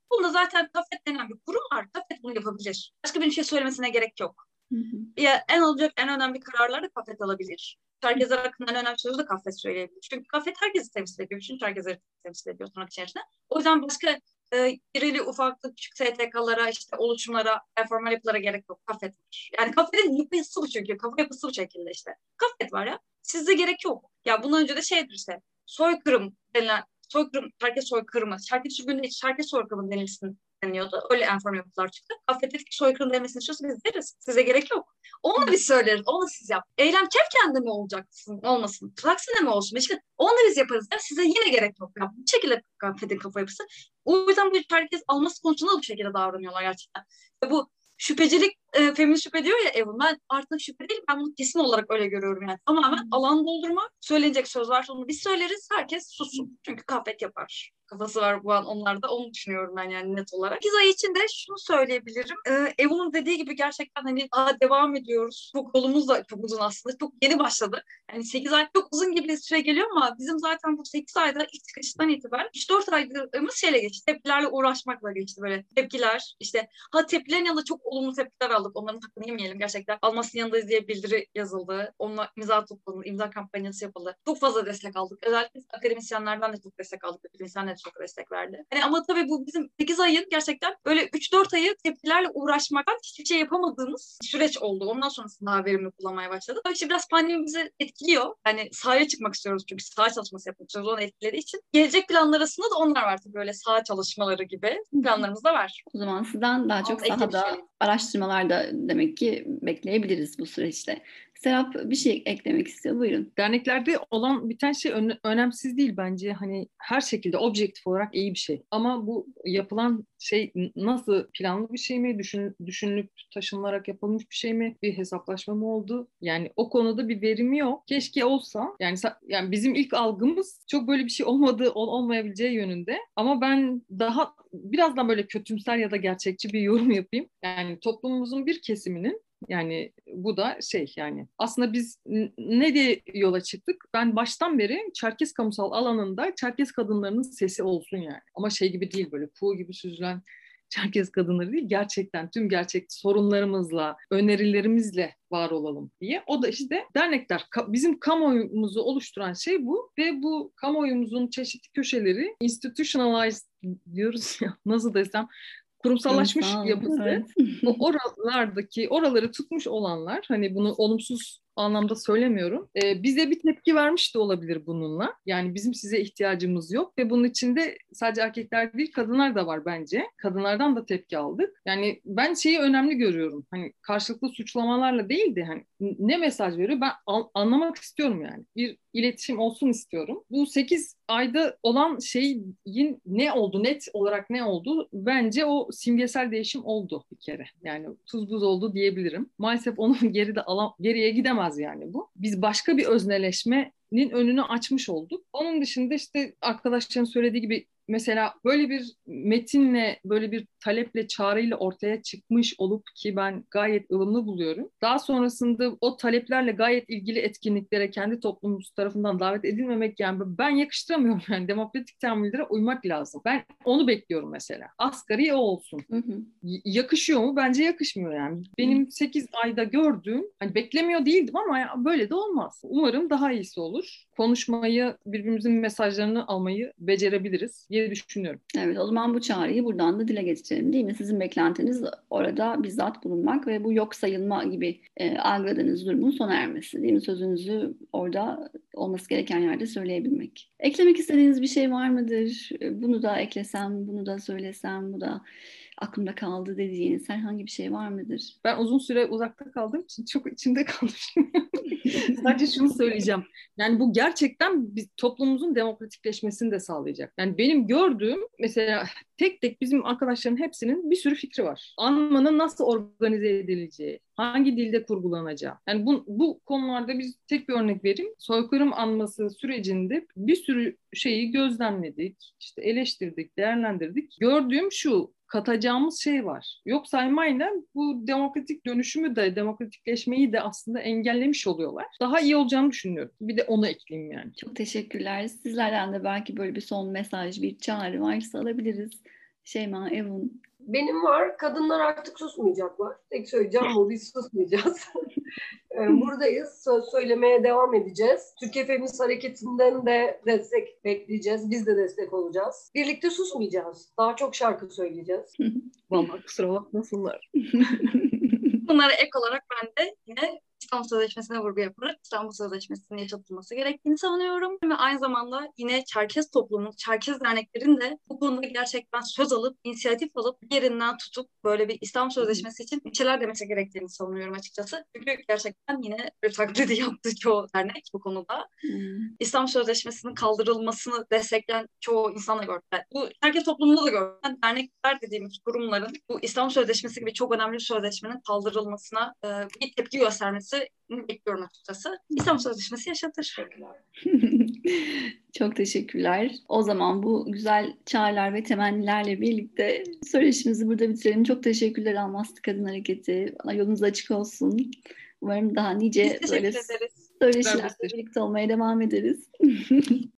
Bunda zaten Kafet denen bir kurum var. Kafet bunu yapabilir. Başka bir şey söylemesine gerek yok. Hı hı. Ya en önemli kararları da Kafet alabilir. Herkese hakkında en önemli sözü de Kafet söyleyebilir. Çünkü Kafet herkesi temsil ediyor. Çünkü herkesi temsil ediyor tırnak içerisinde. O yüzden başka irili ufaklı küçük STK'lara, işte oluşumlara, formal yapılara gerek yok. Kafet var. Yani Kafet'in yapısı bu çünkü. Kafa yapısı bu şekilde işte. Kafet var ya. Sizde gerek yok. Ya bundan önce de şeydir işte. Soykırım denilen, soykırım, herkes soykırımı. Herkes sürgünde hiç herkes soykırım denilsin deniyordu. Öyle enform yapılar çıktı. Affedildik soykırım demesini istiyorsa biz deriz. Size gerek yok. Onu biz söyleriz. Onu siz yap. Eylem Kefken'de mi olacaksın? Olmasın. Taksim'de mi olsun? İşte onu da biz yaparız. Ya size yine gerek yok. Ya bu şekilde Affed'in kafa yapısı. O yüzden bu herkes alması konusunda da bu şekilde davranıyorlar gerçekten. Ve bu şüphecilik, feminist şüphe diyor ya Evin. Ben artık şüphe değil, ben bunu kesin olarak öyle görüyorum yani. Tamamen alan doldurma, söylenecek söz varsa onu biz söyleriz, herkes sussun. Çünkü Kafet yapar. Kafası var bu an onlarda, onu düşünüyorum ben yani net olarak. 8 ay içinde şunu söyleyebilirim. Evin'in dediği gibi gerçekten hani daha devam ediyoruz. Çok yolumuz da çok uzun aslında. Çok yeni başladık. Yani 8 ay çok uzun gibi bir süre geliyor ama bizim zaten bu 8 ayda ilk çıkıştan itibaren 3-4 ayımız şeyle geçti. Tepkilerle uğraşmakla geçti böyle. Tepkiler işte. Tepkilerin yanında çok olumlu tepkiler aldık. Onların hakkını yemeyelim gerçekten. Almasının yanındayız diye bildiri yazıldı. Onunla imza toplandı. İmza kampanyası yapıldı. Çok fazla destek aldık. Özellikle akademisyenlerden de çok destek aldık. Akademisyenler de çok destek verdi. Hani ama tabii bu bizim 8 ayın gerçekten böyle 3-4 ayı tepkilerle uğraşmaktan hiçbir şey yapamadığımız süreç oldu. Ondan sonrasında daha verimli kullanmaya başladık. Tabii işte biraz pandemi bizi etkiliyor. Yani sahaya çıkmak istiyoruz çünkü saha çalışması yapmak istiyoruz. Onu etkilediği için. Gelecek planlar arasında da onlar var tabii, böyle saha çalışmaları gibi planlarımız da var. O zaman sizden daha çok sahada araştırmalar da demek ki bekleyebiliriz bu süreçte. Serap bir şey eklemek istiyor. Buyurun. Derneklerde olan biten şey önemsiz değil bence. Hani her şekilde objektif olarak iyi bir şey. Ama bu yapılan şey nasıl, planlı bir şey mi? Düşünülüp taşınılarak yapılmış bir şey mi? Bir hesaplaşma mı oldu? Yani o konuda bir verimi yok. Keşke olsa. Yani bizim ilk algımız çok böyle bir şey olmayabileceği yönünde. Ama ben daha birazdan böyle kötümser ya da gerçekçi bir yorum yapayım. Yani toplumumuzun bir kesiminin, yani bu da yani aslında biz ne diye yola çıktık? Ben baştan beri Çerkez kamusal alanında Çerkez kadınlarının sesi olsun yani. Ama şey gibi değil, böyle kuğu gibi süzülen Çerkez kadınları değil, gerçekten tüm gerçek sorunlarımızla, önerilerimizle var olalım diye. O da işte dernekler, bizim kamuoyumuzu oluşturan şey bu ve bu kamuoyumuzun çeşitli köşeleri institutionalized diyoruz ya, nasıl desem, kurumsallaşmış yapısı. Evet. Oraları tutmuş olanlar, hani bunu olumsuz anlamda söylemiyorum. Bize bir tepki vermiş de olabilir bununla. Yani bizim size ihtiyacımız yok ve bunun içinde sadece erkekler değil, kadınlar da var bence. Kadınlardan da tepki aldık. Yani ben şeyi önemli görüyorum. Hani karşılıklı suçlamalarla değil de hani ne mesaj veriyor, ben anlamak istiyorum yani. Bir iletişim olsun istiyorum. Bu 8 ayda olan şeyin ne oldu, net olarak ne oldu? Bence o simgesel değişim oldu bir kere. Yani tuz buz oldu diyebilirim. Maalesef onu geriye gidemez yani bu. Biz başka bir özneleşmenin önünü açmış olduk. Onun dışında işte arkadaşların söylediği gibi mesela böyle bir metinle, böyle bir taleple, çağrıyla ortaya çıkmış olup ki ben gayet ılımlı buluyorum. Daha sonrasında o taleplerle gayet ilgili etkinliklere kendi toplumumuz tarafından davet edilmemek, yani ben yakıştıramıyorum yani, demokratik teamüllere uymak lazım. Ben onu bekliyorum mesela. Asgari o olsun. Yakışıyor mu? Bence yakışmıyor yani. Benim 8 ayda gördüğüm, hani beklemiyor değildim ama ya böyle de olmaz. Umarım daha iyisi olur. Konuşmayı, birbirimizin mesajlarını almayı becerebiliriz diye düşünüyorum. Evet, o zaman bu çağrıyı buradan da dile getirelim, değil mi? Sizin beklentiniz orada bizzat bulunmak ve bu yok sayılma gibi algıladığınız durumun sona ermesi, değil mi? Sözünüzü orada olması gereken yerde söyleyebilmek. Eklemek istediğiniz bir şey var mıdır? Bunu da eklesem, bunu da söylesem, bu da aklımda kaldı dediğiniz herhangi bir şey var mıdır? Ben uzun süre uzakta kaldığım için çok içimde kalmış. Sadece şunu söyleyeceğim. Yani bu gerçekten toplumumuzun demokratikleşmesini de sağlayacak. Yani benim gördüğüm mesela tek tek bizim arkadaşların hepsinin bir sürü fikri var. Anmanın nasıl organize edileceği, hangi dilde kurgulanacağı. Yani bu konularda biz tek bir örnek vereyim. Soykırım anması sürecinde bir sürü şeyi gözlemledik, işte eleştirdik, değerlendirdik. Gördüğüm şu: katacağımız şey var. Yok saymayla bu demokratik dönüşümü de, demokratikleşmeyi de aslında engellemiş oluyorlar. Daha iyi olacağını düşünüyorum. Bir de onu ekleyeyim yani. Çok teşekkürler. Sizlerden de belki böyle bir son mesaj, bir çağrı varsa alabiliriz. Şeyma, Evun. Benim var. Kadınlar artık susmayacaklar. Tek söyleyeceğim bu. Biz susmayacağız. Buradayız. Söz söylemeye devam edeceğiz. Türkiye Feminist Hareketi'nden de destek bekleyeceğiz. Biz de destek olacağız. Birlikte susmayacağız. Daha çok şarkı söyleyeceğiz. Vallahi kusura bakmasınlar. Bunlara ek olarak ben de yine İstanbul Sözleşmesi'ne vurgu yaparak İstanbul Sözleşmesi'nin yaşatılması gerektiğini savunuyorum. Ve aynı zamanda yine Çerkez toplumunun, Çerkez derneklerin de bu konuda gerçekten söz alıp, inisiyatif alıp yerinden tutup böyle bir İstanbul Sözleşmesi için bir şeyler demesi gerektiğini savunuyorum açıkçası. Çünkü gerçekten yine bir taklidi yaptı çoğu dernek bu konuda. İstanbul Sözleşmesi'nin kaldırılmasını destekleyen çoğu insanla gördüm. Bu Çerkez toplumunda da gördüm. Dernekler dediğimiz kurumların bu İstanbul Sözleşmesi gibi çok önemli bir sözleşmenin kaldırılmasına bir tepki göstermesi bekliyorum açıkçası. İstanbul Sözleşmesi yaşatır. Çok teşekkürler. O zaman bu güzel çağrılar ve temennilerle birlikte söyleşimizi burada bitirelim. Çok teşekkürler Almaslı Kadın Hareketi. Yolunuz açık olsun. Umarım daha nice Biz böyle teşekkür ederiz. söyleşilerle birlikte olmaya devam ederiz.